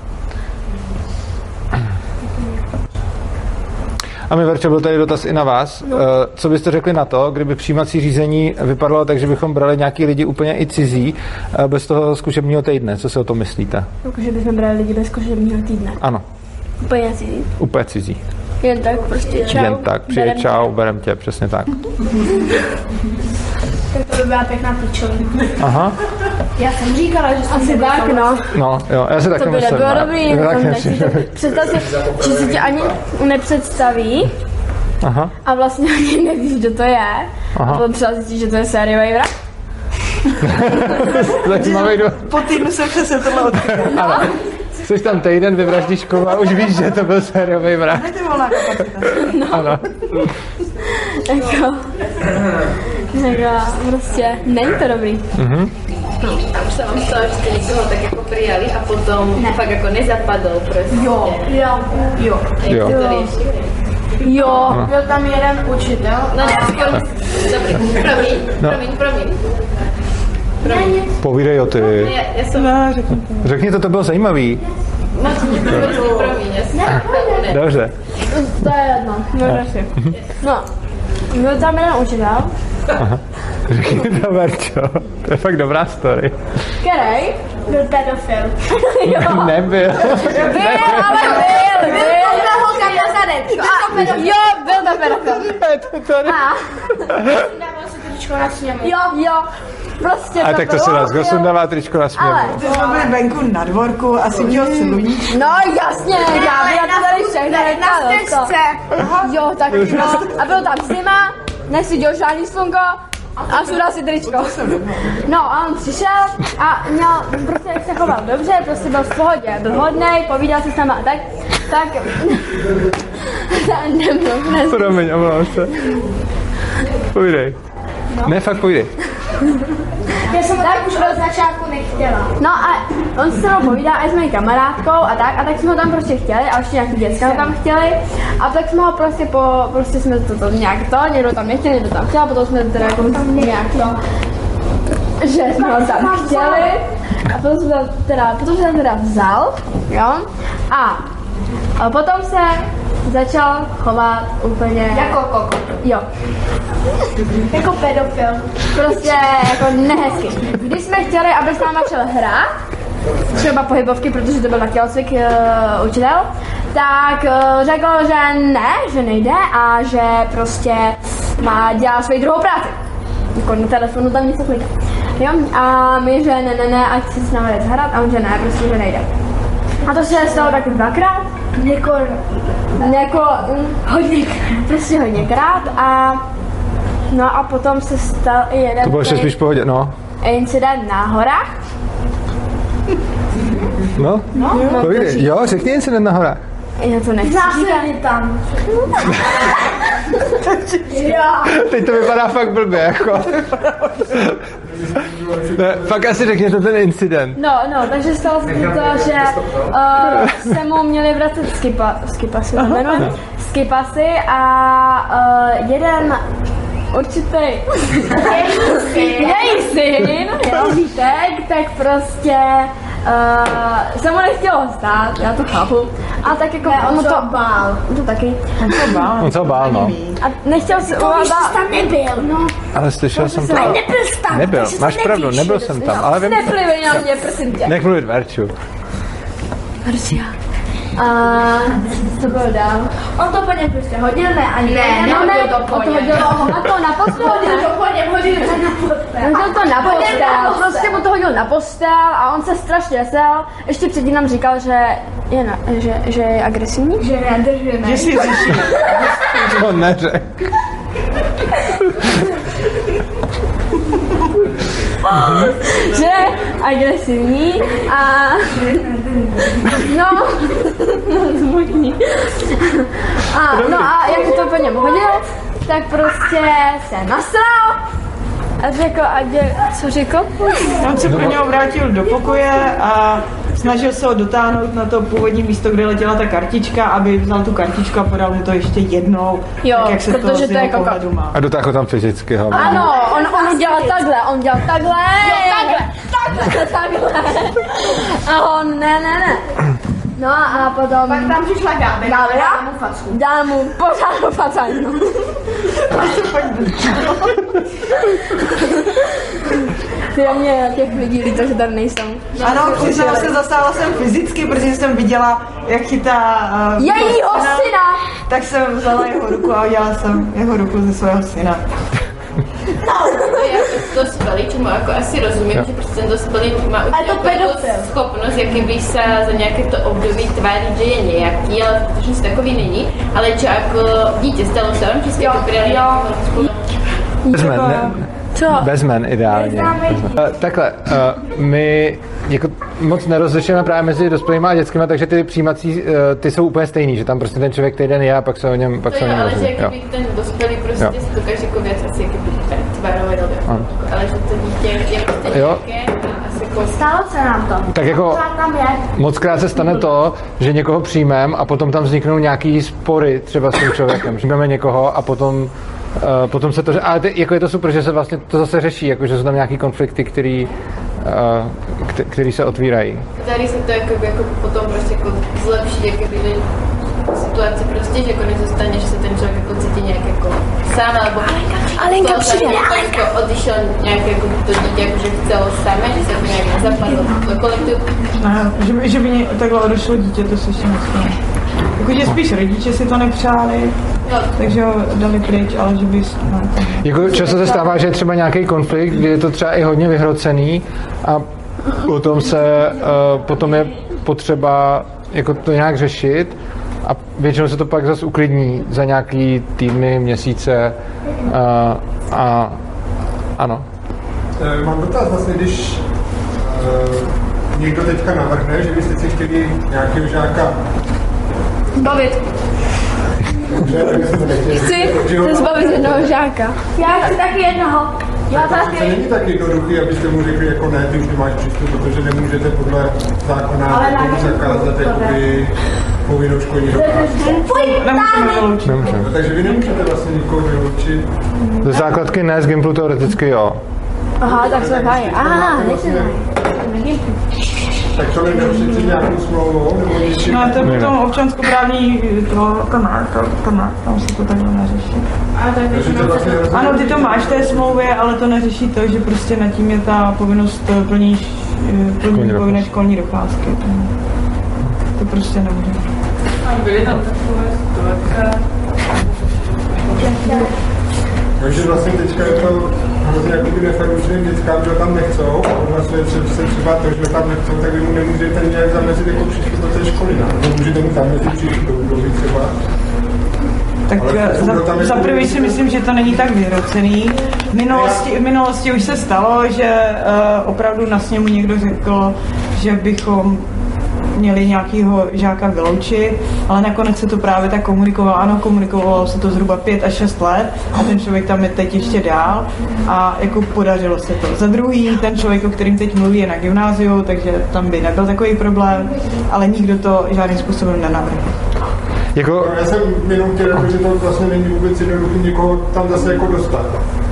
A mi, Verčo, byl tady dotaz i na vás. No. Co byste řekli na to, kdyby přijímací řízení vypadalo tak, že bychom brali nějaký lidi úplně i cizí bez toho zkušebního týdne? Co si o tom myslíte? Jako, že bychom brali lidi bez zkušebního týdne? Ano. Úplně cizí? Úplně cizí. Jen tak prostě čau. Jen tak, přijde čau, berem tě, přesně tak. Tak to by byla pěkná píčovina. Aha. Já jsem říkala, že jsem asi tak, no. No, jo, já si taky myslím. To by nebylo dobrý. Představ si, že si tě ani nepředstaví. Aha. A vlastně ani nevíš, kdo to je. Aha. A potom třeba zjistíš, že to je sériový vrah. Po týdnu jsem přesně tohle odkryla. No. Jsi tam týden, vyvraždíš koho a už víš, že to byl sériový vrah. Ne, ty volná kapacita. No. Ano. Jako, jako, prostě není to dobrý. Mhm. No, a už se vám stalo, že jste někoho tak jako přijali a potom ne. Fakt jako nezapadl prostě. Jo, jo, jo. Jo. Jo, no. Byl tam jeden učitel. No ne, aspoň, dobrý, promiň, no. promiň, promiň. Promiň. Povídej o ty. Já, já jsem... No, řekni to. Řekni to, to bylo zajímavý. Moc mě promiň, jasně. Dobře. To je jedno, možná si. No, byl tam jeden učitel. Aha. Řekni to, Verčo. To je fakt dobrá story. Který? Byl pedofil. Jo. Nebyl. Byl, ale byl, byl. Byl to holka na zadek. Jo, byl to pedofil. To tady. tričko na sněmu. Jo, jo. Prostě A tak to se nás, kdo sundává tričko na směru. Ale Ty jsme byli venku na dvorku a svítilo sluníčko. no jasně, já byla to tady všechno Na stezce. Jo, tak no. A bylo tam zima, nesvítil žádný slunko a sudal si tričko. No a on přišel a měl, prostě se choval dobře, prostě byl v pohodě, byl hodnej, povídal si s náma a tak, tak, nebyl dnes. Promiň, omlouvám se. Povídej. No. Ne, fakt povídej. Já jsem tak už od začátku nechtěla. No a on se mnou povídá i s mojí kamarádkou a tak, a tak jsme ho tam prostě chtěli a ještě nějaký děcka ho tam chtěli a tak jsme ho prostě po, prostě jsme to, to nějak to, někdo tam nechtěl, někdo tam chtěl, potom jsme teda jako nějak to, že jsme ho tam chtěli a potom jsme to teda, potom jsem teda vzal, jo, a, a potom se začal chovat úplně Jako koko. Jo. Jako pedofil. Prostě jako nehezky. Když jsme chtěli, aby s náma šel hrát, třeba pohybovky, protože to byl taky ocvik uh, učitel, tak uh, řekl, že ne, že nejde a že prostě má dělat svoji druhou práci. Jako na telefonu tam něco kliká. Jo? A my, že ne, ne, ne, ať si s námi jde hrát a on, že ne, prostě, že nejde. A to se stalo taky dvakrát. Jako, jako hodně, prostě hodněkrát a no a potom se stal i jeden To bylo ještě spíš v pohodě, no. incident na horách. No, no, povídej. Jo, řekni incident na horách. Já to nechci říkat. tam. Teď to vypadá fakt blbě, jako. Ne, fakt asi řekněte ten incident. No, no, takže stalo se to, že uh, se mu měli vracet skipa, skipasy, jmenuje, skipasy a uh, jeden určitý její syn, jo, Vítek, tak prostě uh, se mu nechtělo stát, já to chápu. A tak jako ne, on on to to bál. to taky. On se bál. On se bál, no. A nechtěl se To už jsi tam nebyl. No, Ale slyšel jsem to. Nebyl jsi tam. Nebyl, takže máš to pravdu, nevíš, nebyl že jsem jsi tam, ale vím. neplivej na mě, prosím tě. Nech mluvit, Verču. Marcia. A co bylo dál? On to po něm prostě hodil, ne, ani Ne, ne, nehodil ne, to po on to něm. hodil na to na postel, Hodil ne? to po něm, hodil to na postel. Hodil to na Hodil postel, na postel. prostě mu to hodil na postel a on se strašně sel. Ještě předtím nám říkal, že je, na, že, že je agresivní. Že nedržíme. Že si řeší. To neřek. Že je agresivní a no, no smutný. A, no a jak to po něm hodil, tak prostě se nasral a řekl, a dě, co řekl? On se pro něho vrátil do pokoje a snažil se ho dotáhnout na to původní místo, kde letěla ta kartička, aby vzal tu kartičku a podal mu to ještě jednou, Jo, tak jak se protože to z to je jeho jako- pohledu má. A dotáhl ho tam fyzicky, ho. Ano, on, on udělal takhle, on dělal takhle. takhle, takhle, takhle. A on, ne, ne, ne. No a potom Pak tam přišla Gábě. Gábě Dala mu facku. dal mu pořád facání. No. Ty mě těch lidí líto, že tady nejsou. Ano, přiznám se, zasáhla jsem fyzicky, protože jsem viděla, jak chytá uh, Jejího syna! tak jsem vzala jeho ruku a udělala jsem jeho ruku ze svého syna. To je jako dospělý, čemu jako asi rozumím, že prostě ten dospělý má už A je to nějakou jako pedofil. schopnost, jaký by se za nějaké to období tváří, že je nějaký, ale v skutečnosti takový není. Ale čo jako dítě stalo se vám české popírali nějakou Bezmen, ne? Co? Bezmen ideálně. Uh, takhle, uh, my jako moc nerozlišujeme právě mezi dospělými a dětskými, takže ty přijímací, uh, ty jsou úplně stejný, že tam prostě ten člověk týden je a pak se o něm, pak To se o jo, něm ale že rozumí. Jo. jaký ten dospělý prostě Jo. si dokáže jako věc asi jaký by tvarovat, ale že to dítě je prostě Jo. nějaké a asi jako Stalo se nám to. Tak jako Pořád tam je. moc krát se stane to, že někoho přijmem a potom tam vzniknou nějaký spory třeba s tím člověkem. Přijmeme někoho a potom Uh, potom se to, ře- ale ty, jako je to super, že se vlastně to zase řeší, jako že jsou tam nějaký konflikty, který, uh, k- který se otvírají. tady se to jako, jako potom prostě jako zlepší, jakoby, že situaci prostě, že konec zostane, že se ten člověk jako cítí nějak jako sám, alebo Alenka přijde, Alenka odešel nějak jako to dítě, jako že chcelo samé, že se to nějak nezapadlo do kolektivu. Ne, že by, že by takhle odešlo dítě, to se ještě nestane. Jakože spíš rodiče si to nepřáli, no. Takže ho dali pryč, ale že by... No, jako často se stává, že je třeba nějaký konflikt, kdy je to třeba i hodně vyhrocený a potom se, uh, potom je potřeba jako to nějak řešit a většinou se to pak zase uklidní za nějaký týdny, měsíce uh, a ano. E, mám dotaz vlastně, když e, někdo teďka navrhne, že byste si chtěli nějakého žáka Bavit. Chci se zbavit jednoho žáka. Já chci taky jednoho. Já to taky. není tak jednoduchý, abyste mu řekli jako ne, ty už nemáš přístup, protože nemůžete podle zákona zakázat jakoby povinnou školní docházku. Nemůžeme. No, takže vy nemůžete vlastně nikoho vyloučit. Ze základky ne, z Gimplu teoreticky jo. Aha, tak se hájí. Aha, vlastně, tak to nedošetří nějakou smlouvou nebo něčím? No to je potom občanskoprávní, to, to má, to, to má, tam se to takhle neřeší. Vlastně ano, ty to máš v té smlouvě, ale to neřeší to, že prostě nad tím je ta povinnost plnění, plnění povinné školní docházky. To prostě nemůže. A byly tam takové situace? Takže vlastně teďka je to hrozně jakoby neferučným dětskám, že tam nechcou, a vlastně se třeba to, že tam nechcou, tak vy mu nemůžete nějak zamezit jako přístup do té školy, ne? Můžete mu zamezit přístup do budovy třeba. Tak za, za prvý si myslím, že to není tak vyhrocený. V minulosti, v minulosti už se stalo, že uh, opravdu na sněmu někdo řekl, že bychom měli nějakého žáka vyloučit, ale nakonec se to právě tak komunikovalo. Ano, komunikovalo se to zhruba pět až šest let a ten člověk tam je teď ještě dál a jako podařilo se to. Za druhý, ten člověk, o kterým teď mluví, je na gymnáziu, takže tam by nebyl takový problém, ale nikdo to žádným způsobem nenavrhl. Jako... No, já jsem jenom chtěl, jako, že to vlastně není vůbec jednoduché někoho tam zase jako dostat.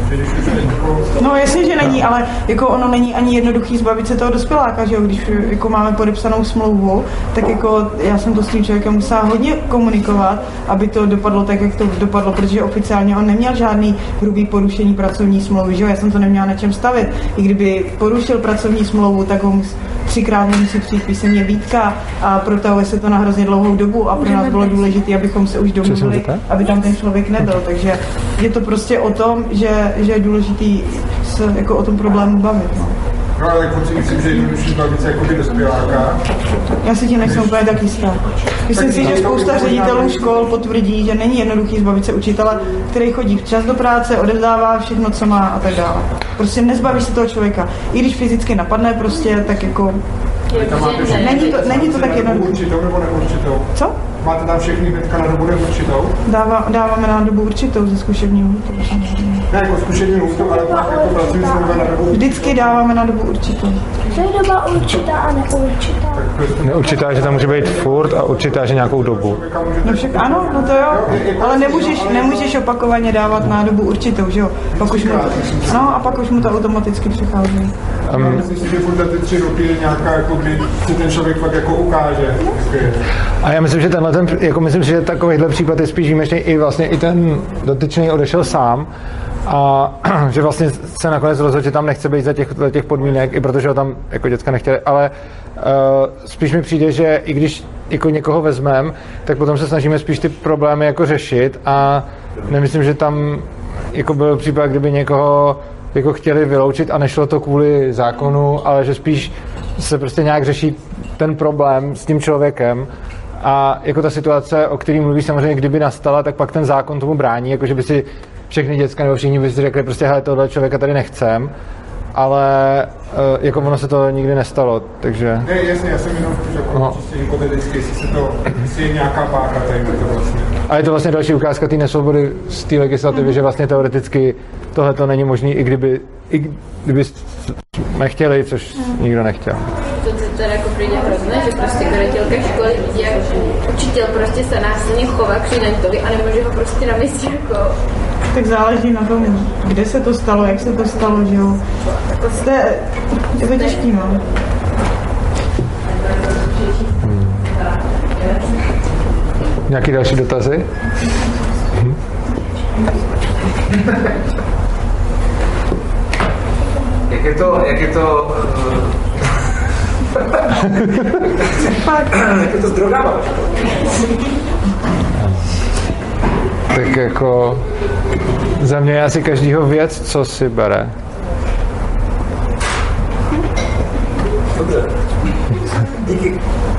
No jasně, že není, ale jako ono není ani jednoduchý zbavit se toho dospěláka, že jo, když jako máme podepsanou smlouvu, tak jako já jsem to s tím člověkem musela hodně komunikovat, aby to dopadlo tak, jak to dopadlo, protože oficiálně on neměl žádný hrubý porušení pracovní smlouvy, že jo, já jsem to neměla na čem stavit. I kdyby porušil pracovní smlouvu, tak ho mus, třikrát musí přijít písemně výtka a protahuje se to na hrozně dlouhou dobu a pro nás bylo důležité, abychom se už domluvili, aby tam ten člověk nebyl, takže je to prostě o tom, že že je důležitý se jako o tom problému bavit. No, no ale jako si myslím, že je jednodušší bavit se jako by dospěláka. Já si tím nejsem úplně tak jistá. Myslím si, že spousta ředitelů škol potvrdí, že není jednoduchý zbavit se učitele, který chodí včas do práce, odevzdává všechno, co má a tak dále. Prostě nezbavíš se toho člověka. I když fyzicky napadne prostě, tak jako... Není to, není to tak jednoduché. Určitou nebo neurčitou? Co? Máte tam všechny hnedka na dobu neurčitou? Dává, dáváme na dobu určitou ze zkušební lhůtu. Ne, jako zkušební lhůtu, ale jako pracovní smlouva na dobu... Vždycky dáváme na dobu určitou. To je doba určitá a neurčitá. Neurčitá, že tam může být furt a určitá, že nějakou dobu. No však ano, no to jo, ale nemůžeš, nemůžeš opakovaně dávat na dobu určitou, že jo? Pak už mu, no a pak už mu to automaticky přichází. Um, myslím si, že furt za ty tři roky je nějaká, jako kdy si ten člověk fakt jako ukáže. A já myslím, že tenhle ten, jako myslím, že takovýhle případ je spíš výjimečný, i vlastně i ten dotyčný odešel sám a že vlastně se nakonec rozhodl, že tam nechce být za těch, za těch podmínek, i protože ho tam jako děcka nechtěli, ale uh, spíš mi přijde, že i když jako někoho vezmeme, tak potom se snažíme spíš ty problémy jako řešit a nemyslím, že tam jako byl případ, kdyby někoho jako chtěli vyloučit a nešlo to kvůli zákonu, ale že spíš se prostě nějak řeší ten problém s tím člověkem a jako ta situace, o který mluvíš, samozřejmě kdyby nastala, tak pak ten zákon tomu brání, jako že by si všechny děcka nebo všichni by si řekli prostě hele, tohle člověka tady nechcem, ale jako ono se to nikdy nestalo, takže... Ne, jasně, já jsem jenom jako no. čistě hypoteticky, jestli se to, jestli je nějaká páka tady to vlastně. A je to vlastně další ukázka té nesvobody z té legislativy, že vlastně teoreticky tohle to není možné, i kdyby, i kdyby jsme chtěli, což nikdo nechtěl. To teda jako přijde hrozné, že prostě ředitelka školy vidí, jak učitel prostě se násilně chová k studentovi a nemůže ho prostě na místě jako... Tak záleží na tom, kde se to stalo, jak se to stalo, že jo. To je, je to těžký, no. Nějaké další dotazy? Hm. Jak je to, jak je to, jak je to s drogama? Tak jako za mě je asi každýho věc, co si bere. Dobře. Díky.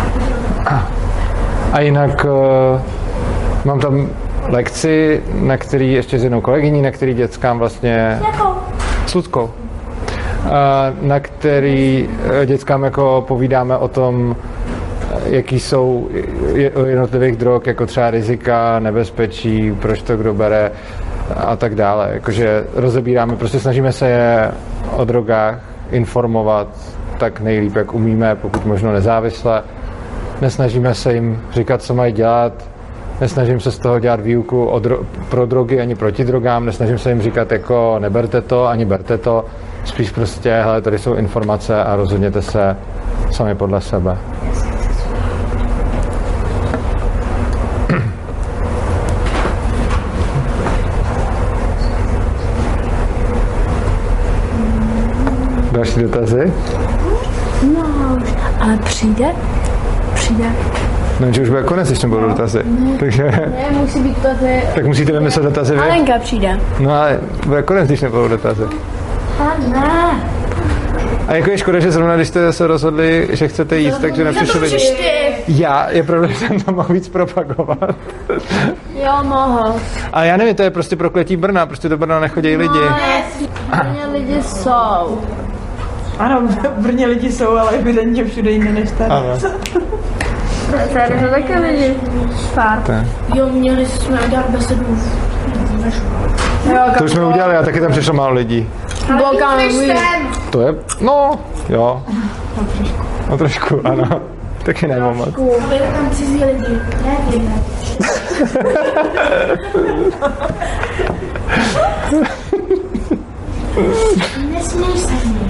A jinak uh, mám tam lekci, na který ještě s jednou kolegyní, na který dětskám vlastně... S Luckou. Uh, na který dětskám jako povídáme o tom, jaký jsou jednotlivých drog, jako třeba rizika, nebezpečí, proč to kdo bere a tak dále. Jakože rozebíráme, prostě snažíme se je o drogách informovat tak nejlíp, jak umíme, pokud možno nezávisle. Nesnažíme se jim říkat, co mají dělat, nesnažím se z toho dělat výuku o dro- pro drogy ani proti drogám, nesnažím se jim říkat jako neberte to, ani berte to, spíš prostě, hele, tady jsou informace a rozhodněte se sami podle sebe. Další dotazy? No, ale přijde? Přijde. No, že už bude konec, když nebudou dotazy. Ne. Takže... Ne, musí být dotazy. Tak musíte vymyslet dotazy vy. Alenka přijde. No ale bude konec, když nebudou dotazy. A ne. A jako je škoda, že zrovna když jste se rozhodli, že chcete jíst, takže nepřišli lidi. Já, je pravda, že jsem to mohl víc propagovat. Jo, mohl. A já nevím, to je prostě prokletí Brna, prostě do Brna nechodí lidi. No, Brně lidi jsou. Ano, v Brně lidi jsou, ale evidentně všude jiné než tady. Ano. Tady jsou taky lidi. Pár. Jo, měli jsme udělat besedu. To už jsme udělali, a taky tam přišlo málo lidí. Blokám To je, no, jo. No trošku. No trošku, ano. Taky nemám moc. Byli tam cizí lidi, ne víme. Nesmíš se mě.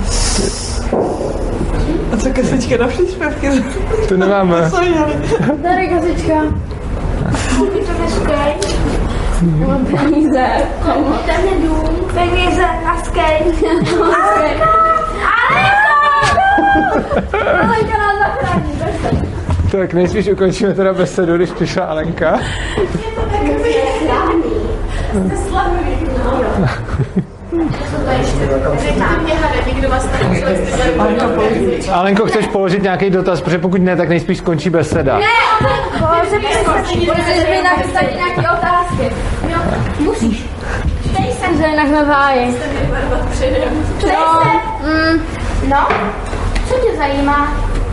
A co kasička na příspěvky? To nemáme. Tady kasička. Koupí to neskej. Mám peníze. Tam je dům. Peníze na skej. Alenka! Alenka! Alenka nás zachrání. Tak nejspíš ukončíme teda besedu, když přišla Alenka. Alenko, chceš položit nějaký dotaz, protože pokud ne, tak nejspíš skončí beseda. Ne, protože mi nachystat nějaké otázky. Musíš. Ptej se. Že jinak nevájí. Ptej se. Mm. No, co tě zajímá?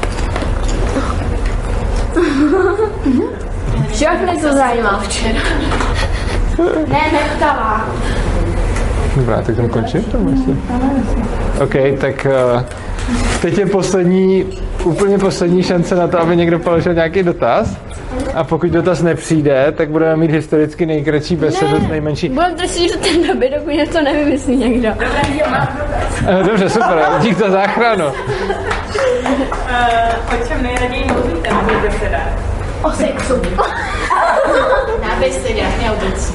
Všechny to zajímá. Ne, neptala. Dobrá, tak tam končím to myslím. OK, tak uh, teď je poslední, úplně poslední šance na to, aby někdo položil nějaký dotaz. A pokud dotaz nepřijde, tak budeme mít historicky nejkratší besedu s nejmenší. Budeme držet do té doby, dokud něco nevymyslí někdo. Dobře, super, dík za záchranu. Uh, o čem nejraději mluvíte na těch besedách? O sexu. Na besedách, ne obecně.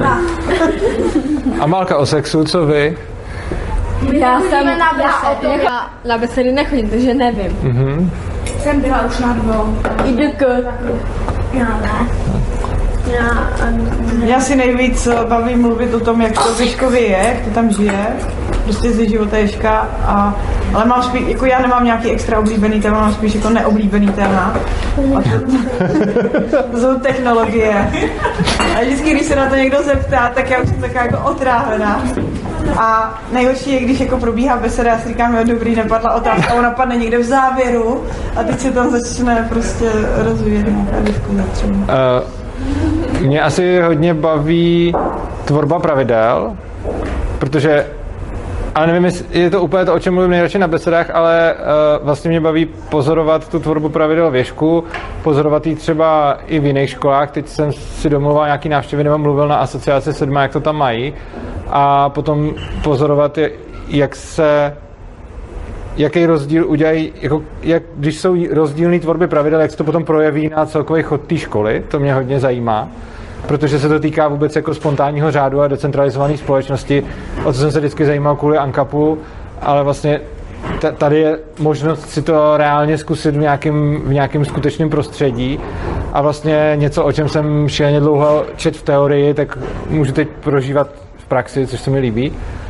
Amálka, o sexu, co vy? Já jsem na já, besedy. já na besedy nechodím, takže nevím. Mhm. Jsem byla už na dvou. Jdu k... Já ne. Já, Já si nejvíc baví mluvit o tom, jak to v Ježkově je, jak to tam žije, prostě ze života Ježka, a, ale mám spíš, jako já nemám nějaký extra oblíbený téma, mám spíš jako neoblíbený téma. A to, to jsou technologie. A vždycky, když se na to někdo zeptá, tak já už jsem taková jako otrávená. A nejhorší je, když jako probíhá beseda, já si říkám, jo, dobrý, nepadla otázka, ona padne někde v závěru a teď se tam začne prostě rozvíjet nějaká diskuze třeba. Uh, mě asi hodně baví tvorba pravidel, protože, ale nevím, jestli je to úplně to, o čem mluvím nejradši na besedách, ale uh, vlastně mě baví pozorovat tu tvorbu pravidel v Ježku, pozorovat ji třeba i v jiných školách. Teď jsem si domluval nějaký návštěvy, nebo mluvil na asociaci sedma, jak to tam mají, a potom pozorovat, jak se jaký rozdíl udělají, jako, jak, když jsou rozdílné tvorby pravidel, jak se to potom projeví na celkový chod té školy, to mě hodně zajímá, protože se to týká vůbec jako spontánního řádu a decentralizované společnosti, o co jsem se vždycky zajímal kvůli ANCAPu, ale vlastně t- tady je možnost si to reálně zkusit v nějakém, v nějakém skutečném prostředí a vlastně něco, o čem jsem šíleně dlouho čet v teorii, tak můžu teď prožívat v praxi, což se mi líbí.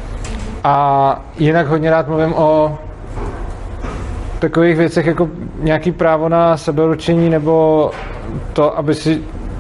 A jinak hodně rád mluvím o takových věcech jako nějaký právo na sebeurčení nebo to, aby si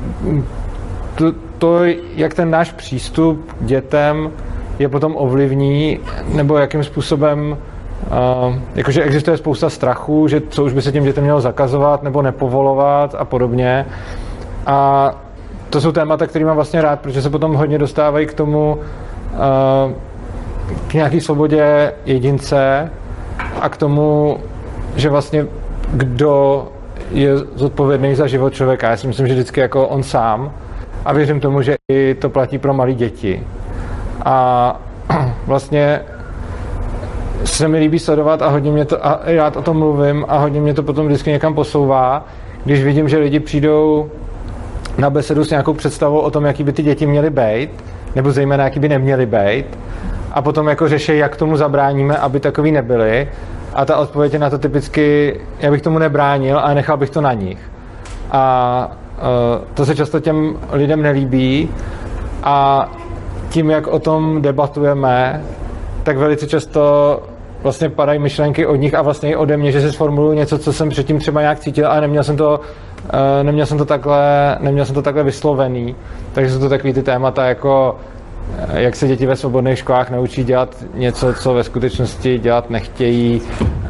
to, to, jak ten náš přístup k dětem je potom ovlivní, nebo jakým způsobem uh, jakože existuje spousta strachu, že co už by se těm dětem mělo zakazovat nebo nepovolovat a podobně. A to jsou témata, které mám vlastně rád, protože se potom hodně dostávají k tomu uh, k nějaký svobodě jedince a k tomu, že vlastně kdo je zodpovědný za život člověka. Já si myslím, že vždycky jako on sám a věřím tomu, že i to platí pro malé děti. A vlastně se mi líbí sledovat a hodně mě to, a rád o tom mluvím a hodně mě to potom vždycky někam posouvá, když vidím, že lidi přijdou na besedu s nějakou představou o tom, jaký by ty děti měly být, nebo zejména jaký by neměly být, a potom jako řeší, jak tomu zabráníme, aby takový nebyli. A ta odpověď je na to typicky, já bych tomu nebránil, ale nechal bych to na nich. A uh, to se často těm lidem nelíbí a tím, jak o tom debatujeme, tak velice často vlastně padají myšlenky od nich a vlastně i ode mě, že si sformuluju něco, co jsem předtím třeba nějak cítil, ale neměl jsem to, uh, neměl jsem to takhle, neměl jsem to takhle vyslovený. Takže jsou to takový ty témata jako jak se děti ve svobodných školách naučí dělat něco, co ve skutečnosti dělat nechtějí,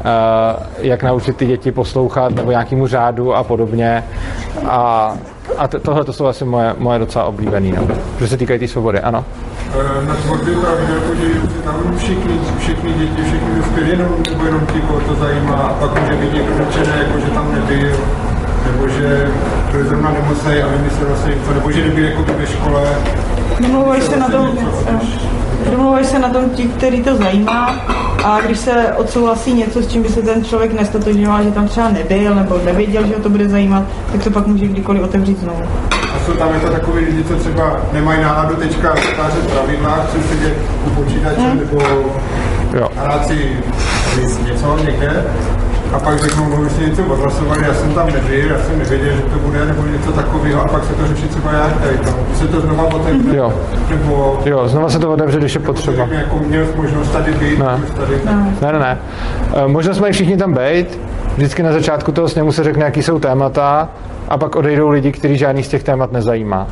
jak naučit ty děti poslouchat nebo nějakému řádu a podobně. A, a tohle to jsou asi moje, moje docela oblíbený, no. Protože se týkají té svobody, ano. Na tvorbě pravidel podílí se tam všichni, všichni děti, všichni dospělí, jenom, nebo jenom ti, koho to zajímá, a pak může být někdo dotčený, jako že tam nebyl, nebo že to je zrovna nemocnej a vymyslel vlastně něco, nebo že nebyl jako ve škole. Domluvají se na tom, domluvají se na tom ti, který to zajímá, a když se odsouhlasí něco, s čím by se ten člověk nestotožňoval, že tam třeba nebyl nebo nevěděl, že ho to bude zajímat, tak to pak může kdykoliv otevřít znovu. A jsou tam jako takový lidi, co třeba nemají náladu teďka vytvářet pravidla, chci sedět u počítače hmm. nebo hrát si něco někde. A pak řeknou, mluví si něco odhlasovali, já jsem tam nebyl, já jsem nevěděl, že to bude, nebo něco takového, a pak se to řeší třeba jak tady tam. Když se to znova otevře, jo. nebo... Jo, znova se to otevře, když je potřeba. Nebo jako měl možnost tady být, ne. tady... Ne, ne, ne. ne. Možnost mají všichni tam být, vždycky na začátku toho sněmu se řekne, jaký jsou témata, a pak odejdou lidi, kteří žádný z těch témat nezajímá.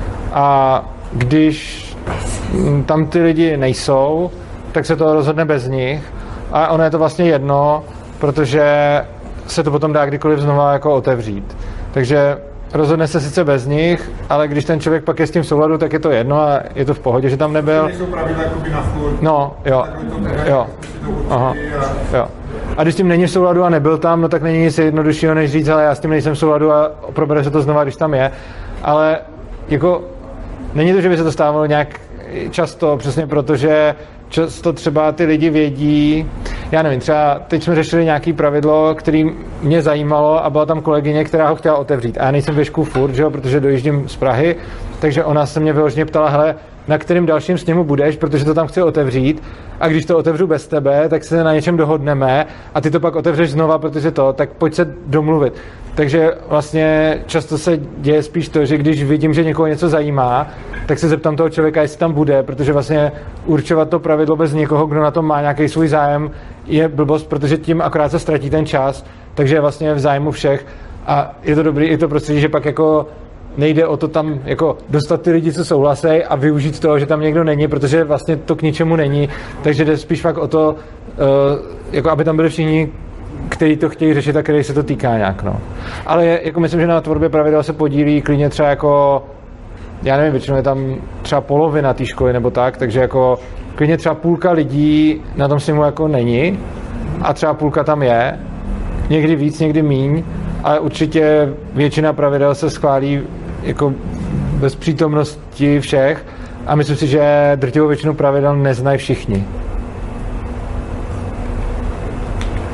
A když tam ty lidi nejsou, tak se to rozhodne bez nich, a ono je to vlastně jedno, protože se to potom dá kdykoliv znova jako otevřít. Takže rozhodne se sice bez nich, ale když ten člověk pak je s tím v souladu, tak je to jedno a je to v pohodě, že tam nebyl. Nejsou pravidla jakoby na furt. No, jo. Jo. Aha. Jo. A když s tím není v souladu a nebyl tam, no tak není nic jednoduššího, než říct, ale já s tím nejsem v souladu a probere se to znova, když tam je. Ale jako není to, že by se to stávalo nějak často, přesně protože často třeba ty lidi vědí, já nevím, třeba teď jsme řešili nějaký pravidlo, který mě zajímalo, a byla tam kolegyně, která ho chtěla otevřít. A já nejsem věšku furt, že jo, protože dojíždím z Prahy, takže ona se mě vyloženě ptala, hele, na kterým dalším sněmu budeš, protože to tam chci otevřít, a když to otevřu bez tebe, tak se na něčem dohodneme a ty to pak otevřeš znova, protože to, tak pojď se domluvit. Takže vlastně často se děje spíš to, že když vidím, že někoho něco zajímá, tak se zeptám toho člověka, jestli tam bude, protože vlastně určovat to pravidlo bez někoho, kdo na tom má nějaký svůj zájem, je blbost, protože tím akorát se ztratí ten čas, takže je vlastně v zájmu všech a je to dobrý i to prostředí, že pak jako nejde o to tam jako dostat ty lidi, co souhlasejí, a využít toho, že tam někdo není, protože vlastně to k ničemu není, takže jde spíš fakt o to, jako aby tam byli všichni, kteří to chtějí řešit a který se to týká nějak, no. Ale je, jako myslím, že na tvorbě pravidel se podílí klidně třeba jako, já nevím, většinou je tam třeba polovina té školy nebo tak, takže jako klidně třeba půlka lidí na tom sněmu jako není a třeba půlka tam je, někdy víc, někdy míň, ale určitě většina pravidel se schválí jako bez přítomnosti všech a myslím si, že drtivou většinu pravidel neznají všichni.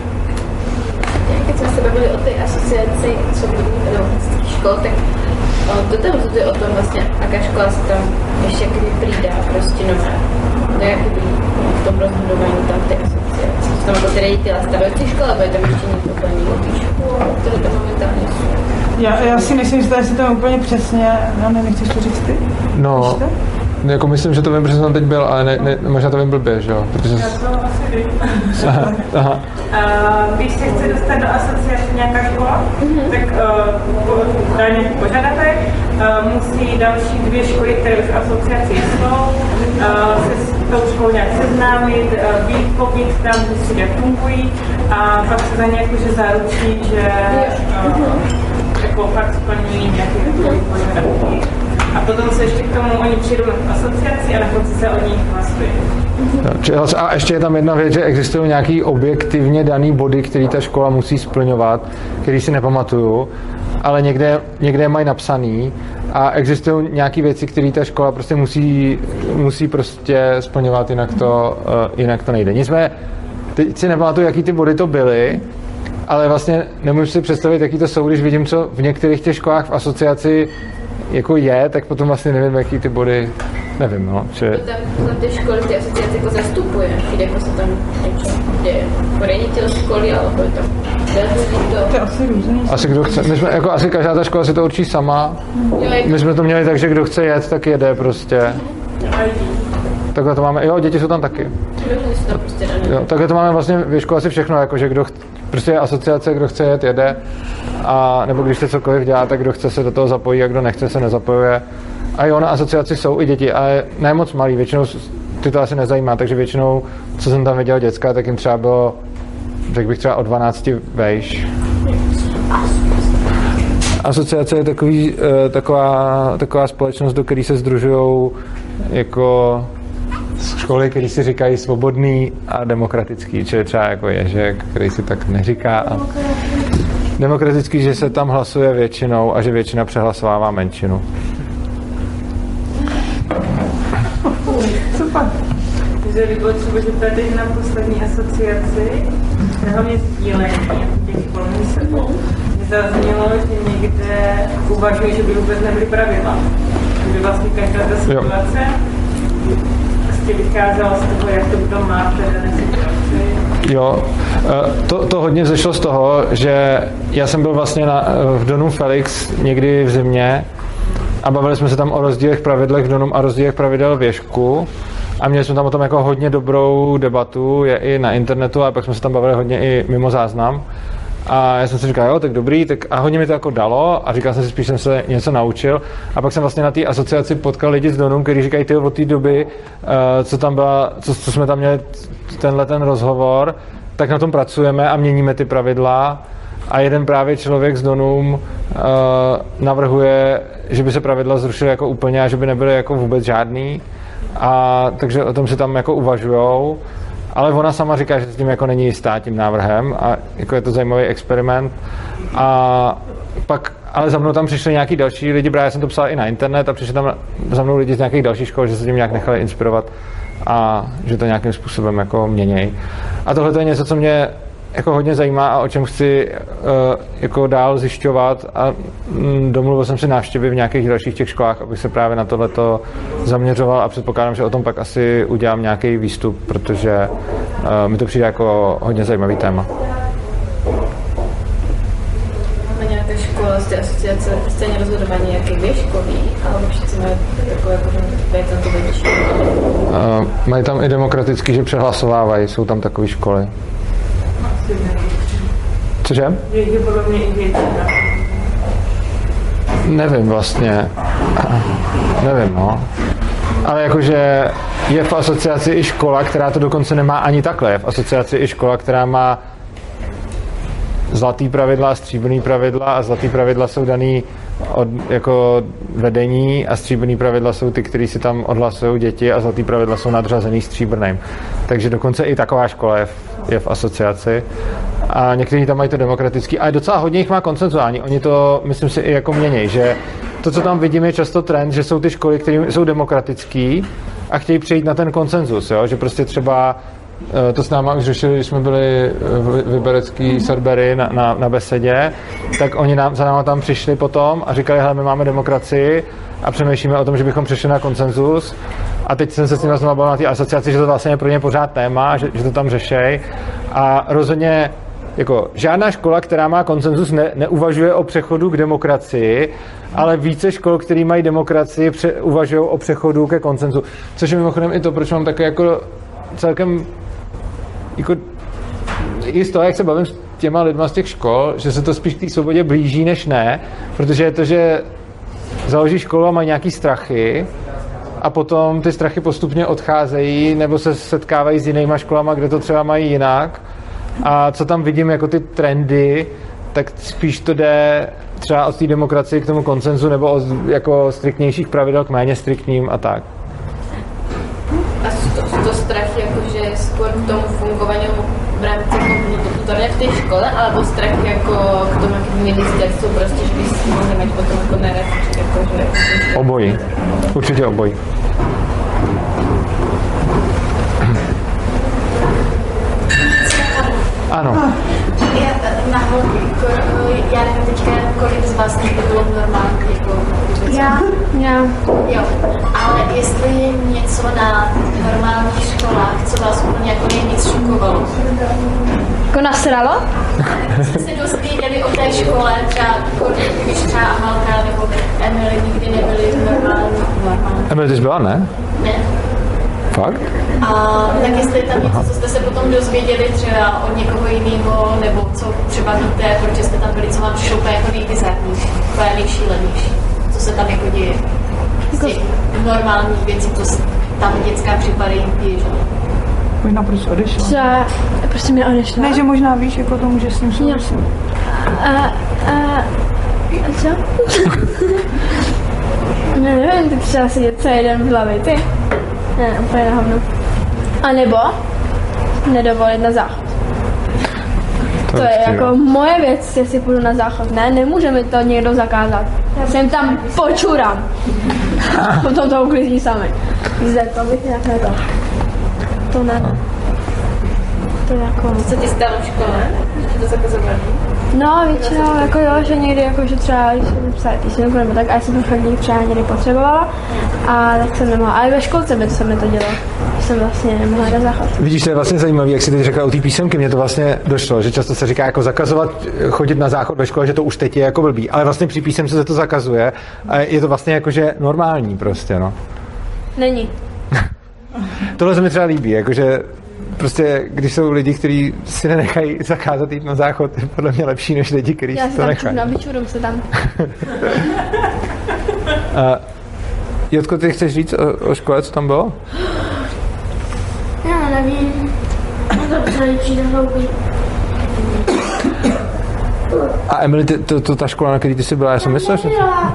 To tam rozhoduje o tom vlastně, jaká škola se tam ještě kdy přidá prostě nové. To je jakoby v tom rozhodování tam ty asociace. Jsou tam jako ty ty stavující školy, nebo je tam ještě něco úplně nový škol, které tam momentálně jsou. Já, já si myslím, že to je tam úplně přesně, no ne, nechceš to říct ty? No, jako myslím, že to vím, protože jsem teď byl, ale ne, ne, možná to vím blbě, že jo? Protože... Já to asi vím. Aha, aha. Uh, když se chce dostat do asociace nějaká škola, mm-hmm. tak uh, dá nějaký požadavek, uh, musí další dvě školy, které už v asociaci jsou, uh, se s tou školou nějak seznámit, uh, být, pobyt tam, zjistit, jak fungují a pak se za ně jakože zaručí, že uh, jako fakt splní nějaké takové požadavky. A potom se ještě k tomu oni přijdou na asociaci a na konci se o nich hlasuje. No, a ještě je tam jedna věc, že existují nějaký objektivně daný body, který ta škola musí splňovat, který si nepamatuju, ale někde, někde mají napsaný a existují nějaké věci, které ta škola prostě musí, musí prostě splňovat, jinak to, uh, jinak to nejde. Nicméně, teď si nepamatuju, jaký ty body to byly, ale vlastně nemůžu si představit, jaký to jsou, když vidím, co v některých těch školách v asociaci jako je, tak potom vlastně nevím, jaký ty body, nevím, no. Že... Tam, tam ty školy, ty asociace jako zastupuje, jako se tam něco děje, ředitel školy, alebo je tam to. To je asi různý. Asi kdo chce, my jsme, jako asi každá ta škola si to určí sama. My jsme to měli tak, že kdo chce jet, tak jede prostě. Takhle to máme, jo, děti jsou tam taky. Jo, takhle to máme vlastně ve škole asi všechno, jako že kdo ch... prostě je asociace, kdo chce jet, jede. A nebo když se cokoliv dělá, tak kdo chce se do toho zapojí a kdo nechce, se nezapojuje. A jo, na asociaci jsou i děti, ale ne moc malí, většinou ty to asi nezajímá, takže většinou, co jsem tam viděl děcka, tak jim třeba bylo, řekl bych třeba o dvanácti vejš. Asociace je takový, taková, taková společnost, do které se sdružují jako školy, které si říkají svobodný a demokratický, čili třeba jako Ježek, který si tak neříká. A demokratický, že se tam hlasuje většinou a že většina přehlasovává menšinu. Super. Takže by bylo třeba, že tady na poslední asociaci, hlavně sdílení těch škol mezi sebou, zaznělo, že někde uvažují, že by vůbec nebyly pravidla. Že by vlastně každá ta situace prostě vycházela z toho, jak to kdo má v té dané situaci. Jo, to, to hodně vzešlo z toho, že já jsem byl vlastně na, v Donu Felix někdy v zimě a bavili jsme se tam o rozdílech pravidlech v Donu a rozdílech pravidel v Ježku a měli jsme tam o tom jako hodně dobrou debatu, je i na internetu a pak jsme se tam bavili hodně i mimo záznam. A já jsem si říkal, jo, tak dobrý, tak a hodně mi to jako dalo a říkal jsem si, spíš jsem se něco naučil a pak jsem vlastně na té asociaci potkal lidi z Donu, kteří říkají, ty od té doby, uh, co tam byla, co, co jsme tam měli tenhle ten rozhovor, tak na tom pracujeme a měníme ty pravidla a jeden právě člověk z Donum uh, navrhuje, že by se pravidla zrušily jako úplně a že by nebyly jako vůbec žádný a takže o tom si tam jako uvažujou. Ale ona sama říká, že s tím jako není jistá tím návrhem a jako je to zajímavý experiment. A pak, ale za mnou tam přišli nějaký další lidi, právě jsem to psal i na internet a přišli tam za mnou lidi z nějakých dalších škol, že se tím nějak nechali inspirovat a že to nějakým způsobem jako měnějí. A tohle to je něco, co mě jako hodně zajímá a o čem chci uh, jako dál zjišťovat a mm, domluvil jsem si návštěvy v nějakých dalších těch školách, abych se právě na tohleto zaměřoval a předpokládám, že o tom pak asi udělám nějaký výstup, protože uh, mi to přijde jako hodně zajímavý téma. Máme nějaké školy z té asociace stejně rozhodování, jaké dvě školy, ale všichni mají takové, jak tam to větší. Uh, mají tam i demokratický, že přehlasovávají, jsou tam takové školy. Cože? Je podle mě i většina. Nevím vlastně. Nevím, no. Ale jakože je v asociaci i škola, která to dokonce nemá ani takhle. Je v asociaci i škola, která má zlatý pravidla a stříbrný pravidla a zlatý pravidla jsou daný od jako vedení a stříbrný pravidla jsou ty, který si tam odhlasují děti a zlatý pravidla jsou nadřazený stříbrným. Takže dokonce i taková škola je v, je v asociaci a někteří tam mají to demokratický a docela hodně jich má konsenzuální. Oni to, myslím si, i jako měnějí, že to, co tam vidím, je často trend, že jsou ty školy, které jsou demokratický a chtějí přejít na ten konsenzus, jo? Že prostě třeba to s náma už řešili, když jsme byli v Liberecký Sudbury na, na, na besedě, tak oni nám, za náma tam přišli potom a říkali, hele, my máme demokracii a přemýšlíme o tom, že bychom přišli na konsenzus. A teď jsem se s nimi znovu bavil na té asociaci, že to vlastně je pro ně pořád téma, že, že to tam řešej. A rozhodně jako žádná škola, která má konsenzus, ne, neuvažuje o přechodu k demokracii, ale více škol, které mají demokracii, pře, uvažují o přechodu ke konsenzu. Což je mimochodem i to, proč mám také jako celkem jako i z toho, jak se bavím s těma lidma z těch škol, že se to spíš k té svobodě blíží než ne, protože je to, že založí školu a mají nějaký strachy a potom ty strachy postupně odcházejí nebo se setkávají s jinýma školama, kde to třeba mají jinak. A co tam vidím jako ty trendy, tak spíš to jde třeba od té demokracie k tomu konsenzu nebo od jako striktnějších pravidel k méně striktním a tak. A to, to strach jakože skôr k tomu fungování v rámci tutoria v té škole, alebo strach jako k tomu ministerstvu prostě, že by si mohli mít potom jako nerad, jakože... Obojí. Určitě obojí. Ano. Já, náhodou, já nevím teďka, kolik z vás to bylo normální, jako... Já. Já. Jo, ale jestli je něco na normálních školách, co vás úplně jako nejvíc šokovalo? Jako nasralo? Jsme se dozvěděli o té škole, třeba když třeba Amalka nebo Emily nikdy nebyly normální. normální. Emily, ty jsi byla, ne? Ne. Fakt? A tak jestli je tam něco, co jste se potom dozvěděli třeba od někoho jiného, nebo co třeba víte, protože jste tam byli, co vám přišlo úplně jako nejbizarnější, úplně nejšílenější, co se tam jako děje. Prostě normální věci, co tam dětská připadají běžně. Možná proč odešla? Třeba, prostě mě odešla. Ne, že možná víš, jako to může s ním souviset. A, a, a co? Ne, nevím, ty třeba sedět celý den v hlavě, ty. Ne, úplně na hovno. A nebo nedovolit na záchod. To, to je jako jo. Moje věc, jestli půjdu na záchod. Ne, nemůže mi to někdo zakázat. Já jsem tam počurám. Potom to uklidní sami. Zde, to bych nějak ne to. To ne. To jako... Co ti stalo v škole? Že to zakazovali? No, většinou jako jo, že někdy jako, že třeba, když jsem psala písemku nebo tak, a já jsem to fakt někdy třeba někdy potřebovala, a tak jsem nemohla. Ale ve školce by to se mi to dělo, že jsem vlastně nemohla na záchod. Vidíš, to je vlastně zajímavé, jak jsi teď řekla o té písemky, mně to vlastně došlo, že často se říká jako zakazovat chodit na záchod ve škole, že to už teď je jako blbý, ale vlastně při písemce se to zakazuje a je to vlastně jakože normální prostě, no. Není. Tohle se mi třeba líbí, jakože prostě, když jsou lidi, kteří si nenechají zakázat jít na záchod, je podle mě lepší, než lidi, kteří si to nechají. Já si tam vyčurím se tam. uh, Jotko, ty chceš říct o, o škole, co tam bylo? Já nevím. To přijde přijde hloupý. A Emily, ty, to, to ta škola, na který ty jsi byla, já jsem myslel, že...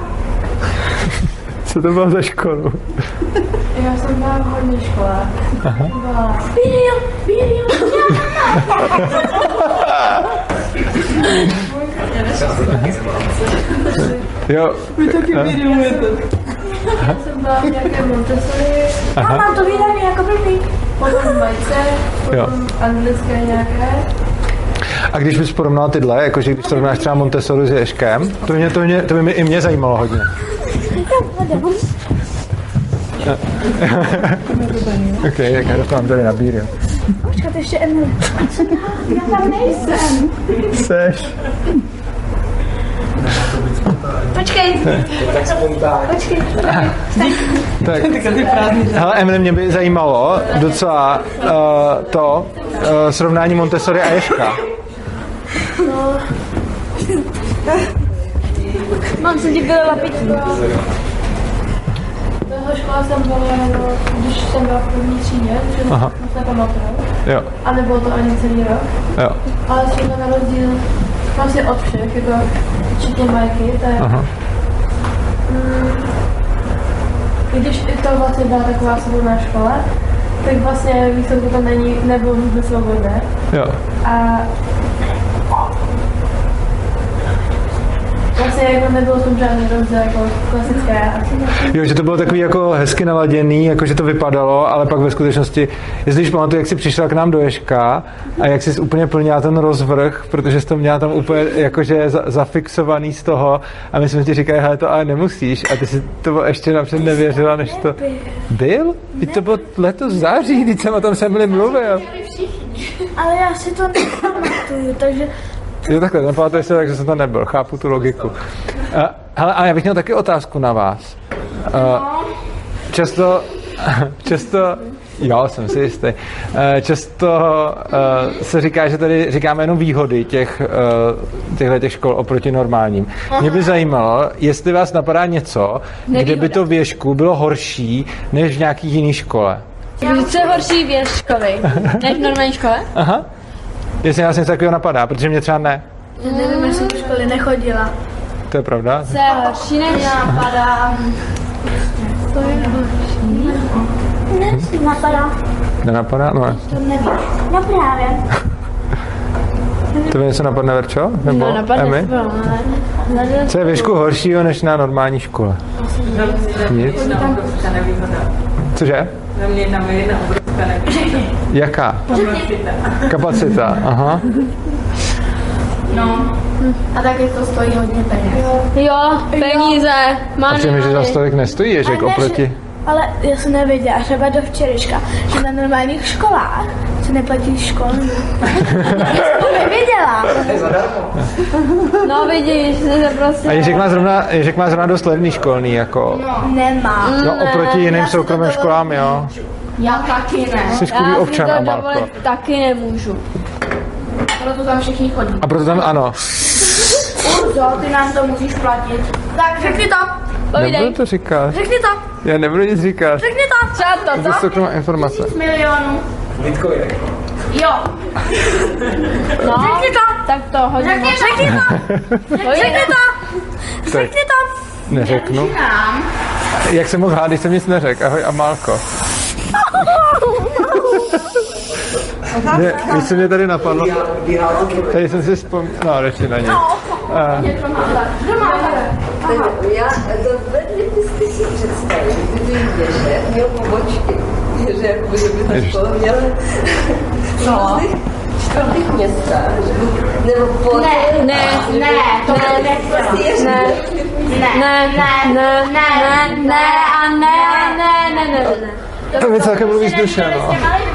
Co to bylo za školu? Já jsem byla v hodně školách. Byla... Bíl, bíl, Jo. Vy taky vědomujete. Já jsem byla v nějaké Montessori. Já mám to výdaný jako blbý. Potom v Majce, potom anglické nějaké. A když bys porovnala tyhle, jakože když srovnáš třeba Montessori s Ježkem, to by, mě, to, by mě, to by mě i mě zajímalo hodně. Ok, tak já to mám tady na bír, jo. Počkat, ještě Emily. Já tam nejsem. Seš. Počkej. Tak spontánně. Počkej. Tak, hele, Emily, mě by zajímalo docela uh, to uh, srovnání Montessori a Ježka. No. Mám se ti byla pití. Tohle škola jsem byla, když jsem byla v první třídě, že jsem se pamatuju. Jo. A nebylo to ani celý rok. Jo. Ale všechno na rozdíl vlastně od všech, jako včetně Majky, to je... Aha. Mm, když i to vlastně byla taková svobodná škola, tak vlastně výsledku to není, nebylo vůbec svobodné. Jo. A Vlastně jako nebylo to žádný rozdíl jako klasické. Jo, že to bylo takový jako hezky naladěný, jako že to vypadalo, ale pak ve skutečnosti, jestli když pamatuju, jak jsi přišla k nám do Ježka a jak jsi úplně plnila ten rozvrh, protože jsi to měla tam úplně jakože za, zafixovaný z toho a my jsme ti říkali, hele, to ale nemusíš a ty si to ještě napřed nevěřila, než to... Byl? Teď to bylo letos v září, když jsem o tom jsem mluvil. Ale já si to nepamatuju, takže... Jo, takhle, nepamatuješ se, takže jsem to nebyl, chápu tu logiku. Uh, hele, ale já bych měl taky otázku na vás. Uh, často, často, jo, jsem si jistý, uh, často uh, se říká, že tady říkáme jenom výhody těch, uh, těchto těch škol oproti normálním. Mě by zajímalo, jestli vás napadá něco, kde by to v Ježku bylo horší, než v nějaký jiný škole. Co je horší věc školy, než v normální škole? Aha. Jestli nás něco takového napadá, protože mě třeba ne. Já nevím, já jsem do školy nechodila. To je pravda? Co je horší, než napadá? To je horší. Ne, napadá. Nenapadá? No. To nevíš. No právě. To by něco napadne, Verčo? Nebo no, napadne Emi? ale... Co je v Ježku horšího než na normální škole? Nic? Cože? Za mě tam je jedna obrovská nevýhoda. Jaká? Kapacita. Kapacita, aha. No. A taky to stojí hodně peněz. Jo, peníze. A přijeme, že za stolik nestojí Ježek oproti... Ale já jsem nevěděla, třeba do včerejška, že na normálních školách se neplatí školní. Já jsem nevěděla. No vidíš, to prostě... A Ježek má zrovna, Ježek má zrovna dost levný školný, jako... No. Nemá. No oproti jiným soukromým školám, jo. Já taky ne. Jsi školý občan, Amálko. Taky nemůžu. Proto tam všichni chodí. A proto tam ano. Urzo, ty nám to musíš platit. Tak řekni to. Nebudu to říkat. Řekni to. Já nebudu nic říkat. Řekni to. Třeba to, To je co? soukromá informace. Milionů. Bitcoin. Jo. No, Řekni to. tak to hodně Řekni, moc. řekni to. Řekni to. Tak Řekni to. neřeknu. Nám. Jak jsem mohl hádat, když jsem nic neřekl. Ahoj, Amálko. Mě, když se mě tady napadlo, tady jsem si vzpomněl, no, radši na ně. Uh, Já dovedli byste si představit, kdyby Ježek měl pobočky, že jakoby, že by ta škola měla v různých čtvrtých městách, nebo po... Ne, ne, ne, to ne, ne, ne, ne, ne, ne, ne, ne, a ne, ne, ne, ne, ne. to mi celkem mluví z duše, no.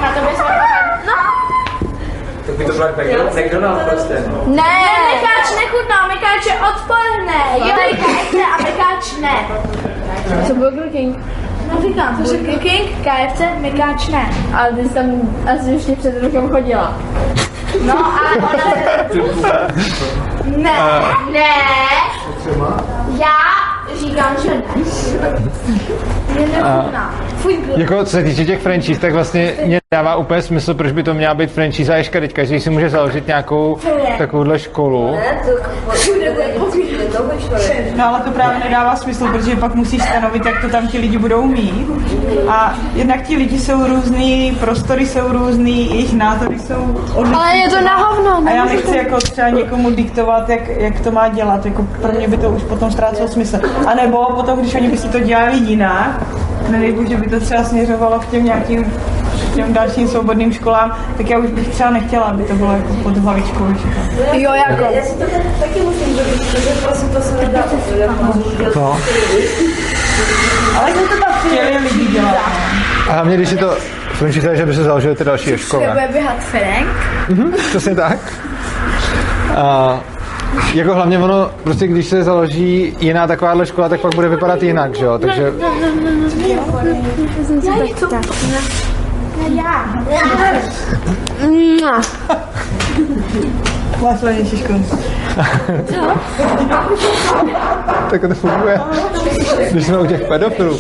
Tak by to byla McDonald's prostě, no. Ne, Mekáč nechutná, Mekáč je odporné. Jo, K F C a Mekáč ne. Co Burger King? No říkám, to Burger King, K F C, Mekáč ne. Ale ty jsi tam asi ještě před rokem chodila. No, ale ona... Ne, ne. Já říkám, že ne. Je nechutná. Fuj, Jako co se týče těch franchise, tak vlastně mě dává úplně smysl, proč by to měla být franchise a Ježka. Teď každý si může založit nějakou takovouhle školu. Ne, to všude to No ale to právě nedává smysl, protože pak musíš stanovit, jak to tam ti lidi budou mít. A jednak ti lidi jsou různý, prostory jsou různý, jejich názory jsou odlišné. Ale je to na hovno. A já nechci jako třeba někomu diktovat, jak, jak to má dělat. Jako pro mě by to už potom ztrácelo smysl. A nebo potom, když oni by si to dělali jinak, nedej, že by to třeba směřovalo k těm nějakým k těm dalším svobodným školám, tak já už bych třeba nechtěla, aby to bylo jako pod hlavičkou. Jo, jako. Já si to taky musím dobit, protože prostě to se nedá udělat. No. Ale to to tak chtěli lidi dělat. A hlavně, když si to franchise, že by se založili ty další školy. bude běhat Frank. Mhm, přesně tak. A jako hlavně ono, prostě když se založí jiná takováhle škola, tak pak bude vypadat jinak, že jo, takže... Já chci. Já. Vlastlenější školy. Tak to funguje. Když jsme u těch pedofilů.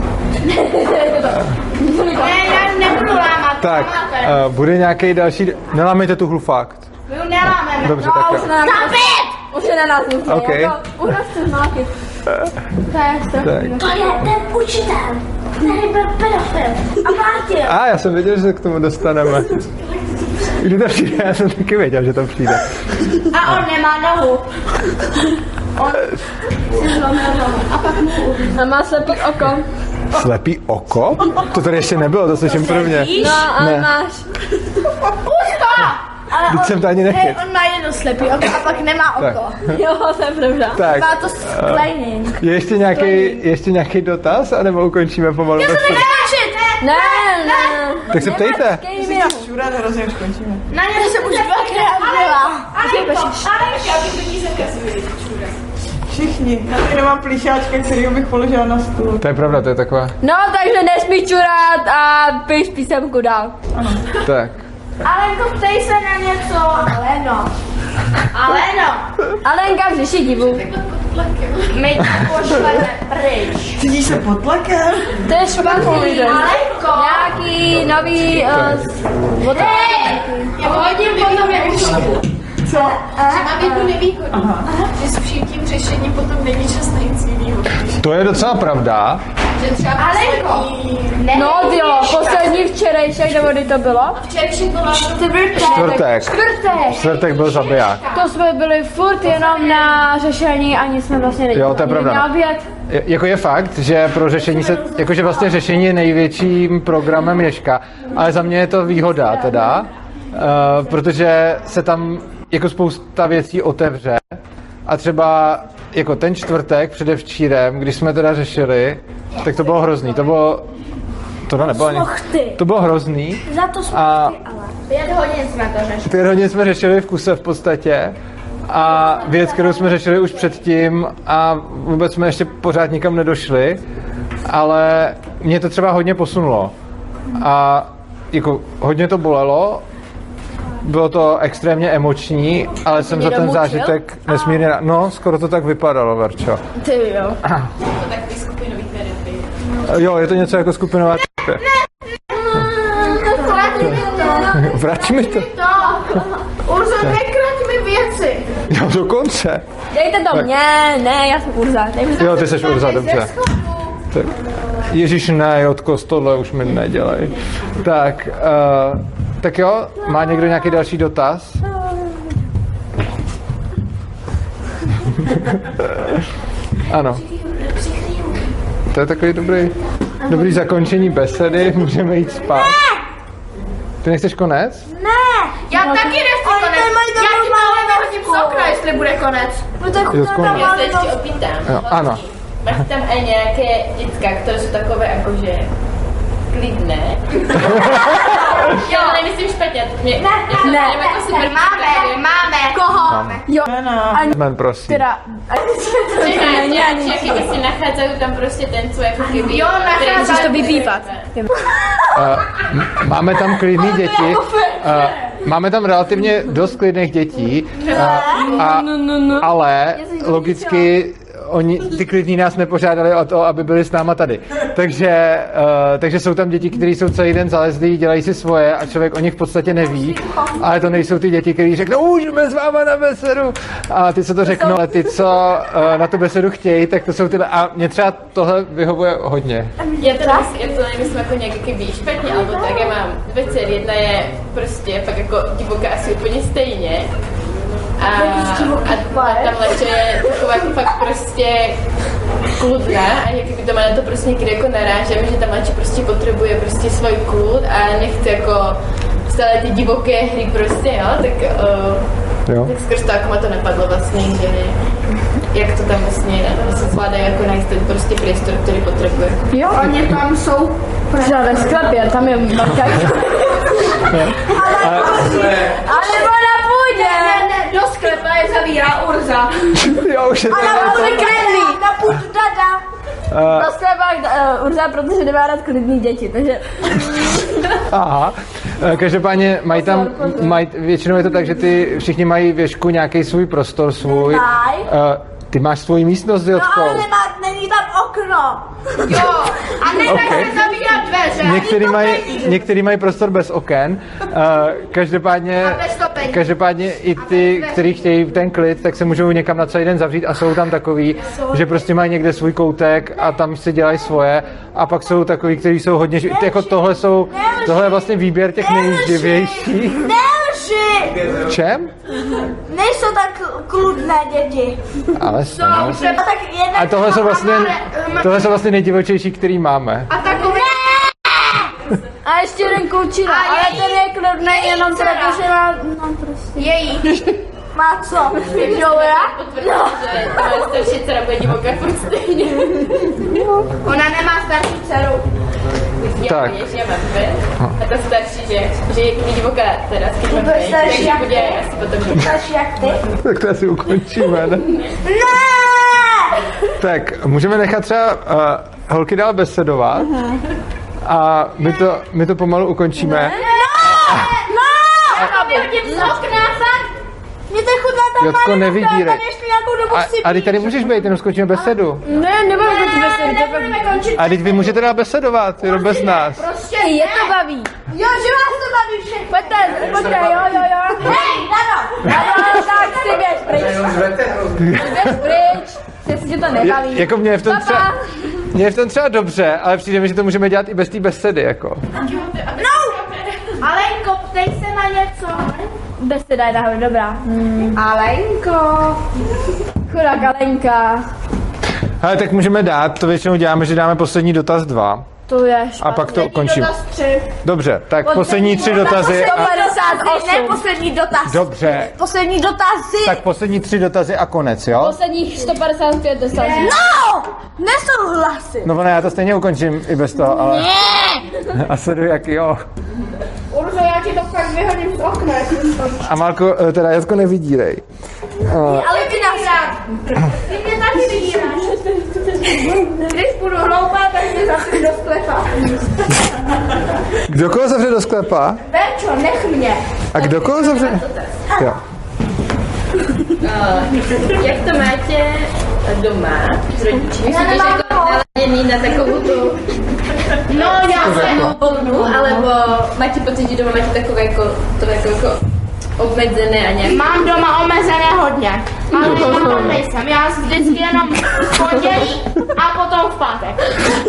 Ne, já nebudu lámat. Tak, uh, bude nějaký další... Nelámejte tu hru fakt. My ju nelámeme. Dobře, tak jo. Už je na nás nutně, OK. jako uhrozte znáky. To je strašný. To je ten učitel, který byl pedofil a mlátil. A já jsem věděl, že se k tomu dostaneme. Kdy to přijde? Já jsem taky věděl, že to přijde. A on nemá nohu. On si zlomil nohu. A pak mu a má slepý oko. Slepý oko? To tady ještě nebylo, to slyším prvně. No a ne. máš. Pusta! Ale Teď on, jsem to ani nechyt. hej, on má jedno slepý oko a pak nemá oko. Tak. Jo, to je pravda. Tak. Má to sklejný. Je ještě nějaký, ještě nějaký dotaz, anebo ukončíme pomalu? Já se besedu? nekončit! Ne, ne. Tak se ptejte. Čurát hrozně už končíme. Na něm jsem už dvakrát byla. Alenko, Alenko, já bych do ní zakazil čurát. Všichni. Já tady nemám plíšáčka, kterýho bych položila na stůl. To je pravda, to je taková. No, takže nesmíš čurát a píš písemku dál. Tak. Alenko, ptej se na něco. Aleno. Aleno. Alenka v řeši divu. My tě pošleme pryč. Cítíš se pod tlakem? To je špatný. Alenko. Nějaký nový... Uh, Hej, já hodím potom nevýhodu. Co? Že má jednu nevýhodu, že s vším tím řešením potom není čas na nic jiného. To je docela pravda. Že třeba Alenko. Ne. no jo, poslední včerejšek, nebo kdy to bylo? včerejšek byla Čtvrtek. Čtvrtek. Čtvrtek. Čtvrtek byl zabiják. To jsme byli furt jenom na řešení, ani jsme vlastně nedělali. Jo, to je pravda. Na oběd. Je, jako je fakt, že pro řešení se, jakože vlastně řešení je největším programem Ježka, ale za mě je to výhoda teda, uh, protože se tam jako spousta věcí otevře a třeba jako ten čtvrtek předevčírem, když jsme teda řešili, tak to bylo hrozný, to bylo, to nebylo ani, to bylo hrozný. Za to jsme a ale. Pět hodin jsme to řešili. Pět hodin jsme řešili v kuse v podstatě a věc, kterou jsme řešili už předtím a vůbec jsme ještě pořád nikam nedošli, ale mě to třeba hodně posunulo a jako hodně to bolelo, bylo to extrémně emoční, ale jsem za ten zážitek nesmírně, no skoro to tak vypadalo, Verčo. Ty jo. to takový skupinový terapie. Jo, je to něco jako skupinová terapie. Vrať mi to. Urzo, nekrať mi věci. Jo, dokonce. Dejte to Tak. mně, ne, já jsem Urza. Dejte Jo, ty jsi Urza, dobře. Tak. Ježíš, ne, Jotko, tohle už mi nedělej. Tak, uh, tak jo, má někdo nějaký další dotaz? Ano. To je takový dobrý, dobrý zakončení besedy, můžeme jít spát. Ty nechceš konec? Ne. Já taky nechci konec. Já ti to nehodím z okna, jestli bude konec. No tak Jo, konec. Já se ještě opýtám. Jo, ano. Máš tam aj nějaké dětka, které jsou takové jakože klidné? Jo, nemyslím špatně. Mě, ne, ne, ne, jako super, máme, máme. Koho? Máme. Jo, Man, prosím. teda... ne, nějaké, jaké si nachádzají tam prostě ten, co jako kdyby... Jo, nachádzají. Musíš to vypípat. Uh, m- máme tam klidný děti. Uh, máme tam relativně dost klidných dětí. Uh, a, ale logicky oni, ty klidní nás nepožádali o to, aby byli s náma tady. Takže, uh, takže jsou tam děti, které jsou celý den zalezlí, dělají si svoje a člověk o nich v podstatě neví. Ale to nejsou ty děti, které řeknou, můžeme s váma na besedu. A ty, co to řeknou, ale ty, co uh, na tu besedu chtějí, tak to jsou tyhle. A mě třeba tohle vyhovuje hodně. Já to, já to nemyslím jako nějaký být špatně, alebo tak, já mám dvě dcery, jedna je prostě fakt jako divoká asi úplně stejně. A, a, a ta mladší je taková jako fakt prostě kludná a jak kdyby to má na to prostě někdy jako narážeme, že ta mladší prostě potřebuje prostě svůj klud a nechce jako stále ty divoké hry prostě, jo, tak, uh, jo. tak skrz to jako ma to napadlo vlastně, že jak to tam vlastně se zvládají jako najít ten prostě priestor, který potřebuje. Jo, Oni tam jsou třeba ve sklepě, tam je velká... Ale, Ale na půdě! Ne, ne, do sklepa je zavírá Urza. jo, už je to. Na půdě klidný, na půdě dada. Uh, Na sklepách uh, Urza, protože nemá rád klidný děti, takže... aha. Eh, Každopádně mají tam, mají, většinou je to tak, že ty všichni mají věžku nějaký svůj prostor, svůj. Nemají. Uh, ty máš svoji místnost s No Jotkou. ale nemá, není tam okno. Jo, a ne Okay. okay. se zavírat dveře. Některý ani to mají, není. některý mají prostor bez oken. Uh, každopádně, A bez stopení. každopádně i ty, kteří chtějí ten klid, tak se můžou někam na celý den zavřít a jsou tam takový, že prostě mají někde svůj koutek a tam si dělají svoje. A pak jsou takový, kteří jsou hodně, ži- jako tohle jsou, tohle je vlastně výběr těch nejživějších. Nelž! starší V čem? nejsou tak kludné děti. Ale jsou. No, třeba tak jedna... A tohle jsou vlastně, tohle jsou vlastně nejdivočejší, který máme. A takové... A ještě jeden klučina, ale ten je kludný jenom proto, že má... No prostě... Její. Má co? Joja? No. Že to starší dcera bude divoká furt stejně. Ona nemá starší dceru. Tak. Já mám dvě. A ta starší, že, že je divoká dcera. To je starší jak ty. Asi potom Starší jak ty. Tak to asi ukončíme, ne? Ne! Tak, můžeme nechat třeba uh, holky dál besedovat. A my to, my to pomalu ukončíme. No! No! Vyhodím z okna, fakt! Mě to chudla tam Jotko, nevydírej. ještě nějakou dobu A, si a teď tady můžeš být, jenom skončíme besedu. Ne, nebudeme končit besedu. Nebudeme končit. A teď vy můžete dál besedovat, jenom bez nás. Prostě Je to baví. Jo, že vás to baví všechno. Pojďte, pojďte, jo, jo, jo. Hej, Dano! Dano, tak si běž pryč. Jenom žvete hrozně. Běž pryč. Jestli tě to nebaví. Je, jako mě je v tom Papa. třeba, mě je v tom třeba dobře, ale přijde mi, že to můžeme dělat i bez té besedy, jako. No! Alenko, ptej se na něco. Beseda je nahoře, dobrá. Hmm. Alenko. Chudák Alenka. Ale tak můžeme dát, to většinou děláme, že dáme poslední dotaz dva. To je špatný. A pak to končíme. Dotaz tři. Dobře, tak poslední tři dotazy. A... sto padesát osm. Ne, poslední dotaz. Dobře, Poslední dotazy. tak poslední tři dotazy a konec, jo? Posledních sto padesát pět dotazů. No! Nesouhlasím. No ne, já to stejně ukončím i bez toho, ale... Ne! A sleduj, jak jo. Urzo, já ti to fakt vyhodím z okna. A Marko, teda Jacko, nevydírej. Uh, Ale ty nás rád. Ty mě taky vydíráš. Když budu hloupá, tak mě zavřu do sklepa. kdo koho zavře do sklepa? Verčo, nech mě. A kdo koho zavře? Jo. Uh, jak to máte doma s rodiči? Myslíte, že jako naladěný na takovou tu No, já jsem. volnu, alebo máte pocit, že doma máte takové jako, to jako, jako obmedzené a nějak... Mám doma omezené hodně. Ale to nejsem. Já vždycky jenom v pondělí a potom v pátek.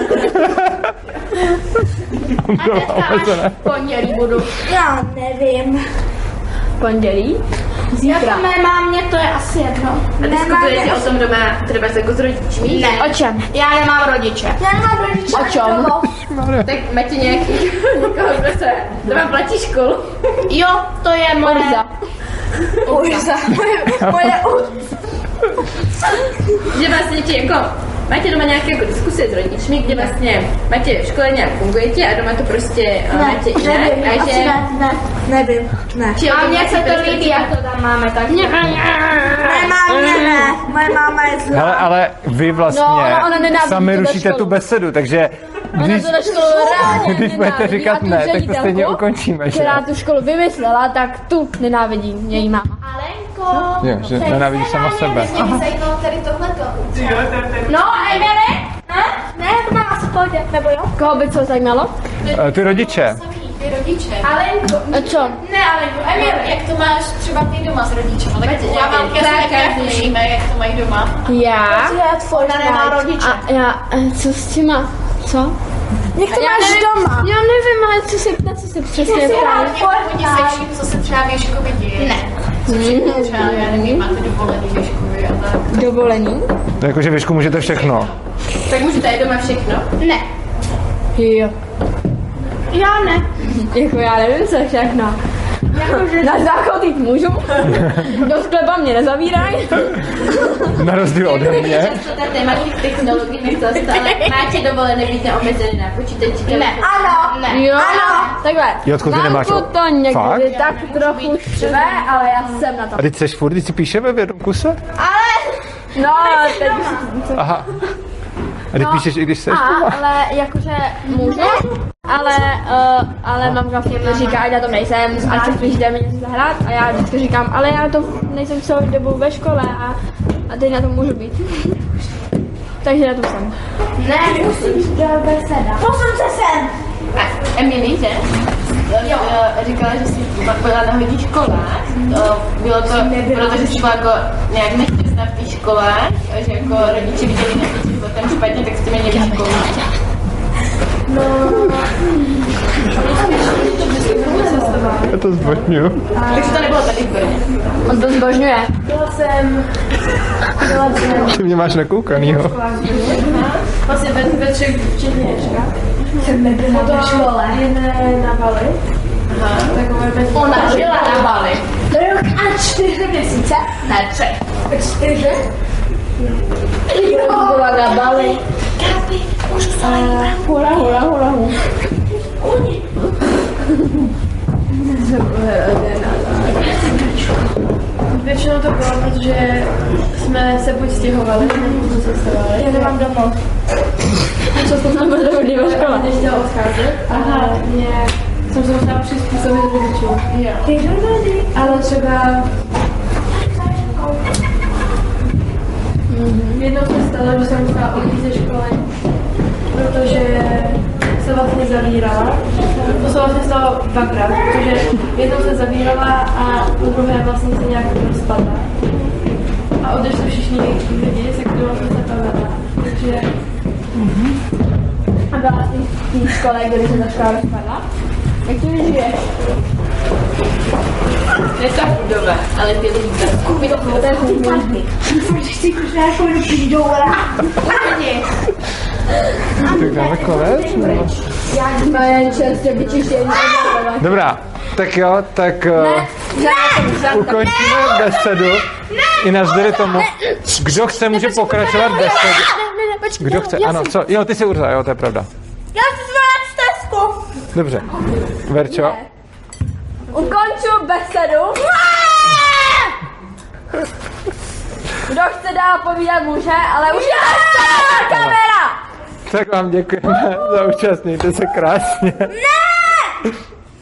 A teďka až v pondělí budu. Já nevím. Pondělí? Jako mé mámě to je asi jedno. A diskutujete o tom doma třeba jako s rodičmi? Ne. O čem? Já nemám rodiče. Já nemám rodiče. O čem? Tak máte nějaký, někoho, kdo se doma platí školu? Jo, to je moje... Urza. Urza. Moje, moje Urza. Že vlastně ti jako, máte doma nějaké jako diskuse s rodičmi, kde vlastně máte v škole nějak fungujete a doma to prostě ne, máte jinak? Nevím, a asi že... ne, ne, nevím, ne. A mně se to líbí, jak to tam máme, tak... Ne, ne, ne, ne, moje máma je zlá. Hele, ale vy vlastně No, ona- ona nenávidí sami tu rušíte školu. tu besedu, takže Ona když, to na školu reálně když budete nenávidí. říkat A tu ne, tak to ředitelku, stejně ukončíme, že? která tu školu vymyslela, tak tu nenávidí její máma. Alenko, Jo, že nenávidí sama sebe. mě by zajímalo tady tohleto. No, Emily? Ne? Ne, to má asi v pohodě, nebo jo? Koho by co zajímalo? Eh, Ty rodiče. Ty rodiče. Alenko, A co? ne, Alenko, Emily. Jak to máš třeba ty doma s rodičem? Tak já mám Netušíme, jak to mají doma. Já? Ona nemá rodiče. A já, eh, co s těma? Co? Jak to Já máš nevím, doma? Já nevím, ale co se, na co se přesně ptá. Oni se vším, co se třeba v Ježkovi děje. Ne. Co všechno třeba, já nevím, máte dovolený v Ježkovi a tak. Dovolený? Jakože Věšku můžete všechno. Tak můžete jít doma všechno? Ne. Jo. Já ne. Jako já nevím, co všechno. Jakože... Na záchod jít můžu. Do sklepa mě nezavírají. Na rozdíl ode mě. Často ta téma těch technologií mi to stalo. Máte dovolené být neomezený na počítači? Ne. Ano. Ne. Jo. Ano. Takhle. Jotko, ty nemáš Mamku o- to někdy Fakt? tak trochu štve, ale já jsem na to. A teď seš furt, když si píšeme v jednom kuse? Ale... No, teď... Aha. A teď No, píšeš, i když seš A, doma? ale jakože můžu, ale, uh, ale mamka furt říká, ať na tom nejsem, ať se spíš jdeme něco zahrát a já vždycky říkám, ale já to nejsem celou dobu ve škole a, a teď na tom můžu být. Takže na tom jsem. Ne, musím do beseda. Posun se sem. A Emily, že? Jo. Říkala, že jsi byla na hodně školách. Bylo to, protože jsi byla jako nějak nešťastná v těch školách, že jako rodiče viděli na to, že bylo tam špatně, tak jste měli školu. No... zbožňovali. Já to zbožňuju. Takže to nebylo tady v Brně. On to zbožňuje. Byla jsem... Byla jsem... Ty mě máš nakoukanýho. Vlastně ve, ve třech včetně Ježka. Jsem nebyla na škole. Jedné na Bali. Aha, takové bez... Ona byla na Bali. Rok a čtyři měsíce? Ne, tři. Čtyři? Byla na Bali. Kápi, můžu se najít. Hura, hura, hura, hura. Většinou to bylo, protože jsme se buď stěhovali, nebo jsme se stěhovali. Já nemám domov. Co to znamená, že hodně ve škole? Než chtěla odcházet. Aha. Mě jsem se musela přizpůsobit rodičům. Jo. Ale třeba... Mm-hmm. Jednou se stalo, že jsem musela odjít ze školy, protože se vlastně zavírala. To se vlastně stalo dvakrát, protože jednou se zavírala a po druhé vlastně se nějak rozpadla. A odešli všichni lidi, se kterou jsem se pamatovala. Takže... Mm-hmm. A byla jsi v té škole, kde se ta škola rozpadla? Jak ty žiješ? Ne tak chudové, ale ty lidi tak. Kupi to chudé, to je chudé. Chci kušná jako do přijdou, ale... Tak dáme konec? Já mám čerstvě vyčištění. Dobrá, tak jo, tak uh, ukončíme besedu. I navzdory tomu, kdo chce, může pokračovat besedu. Kdo chce, ano, co? Jo, ty jsi Urza, jo, to je pravda. Já chci zvládat stezku. Dobře, Verčo. Ukonču besedu. Kdo chce dál povídat může, ale už je kamera. Tak vám děkujeme za účast, mějte se krásně. Ne!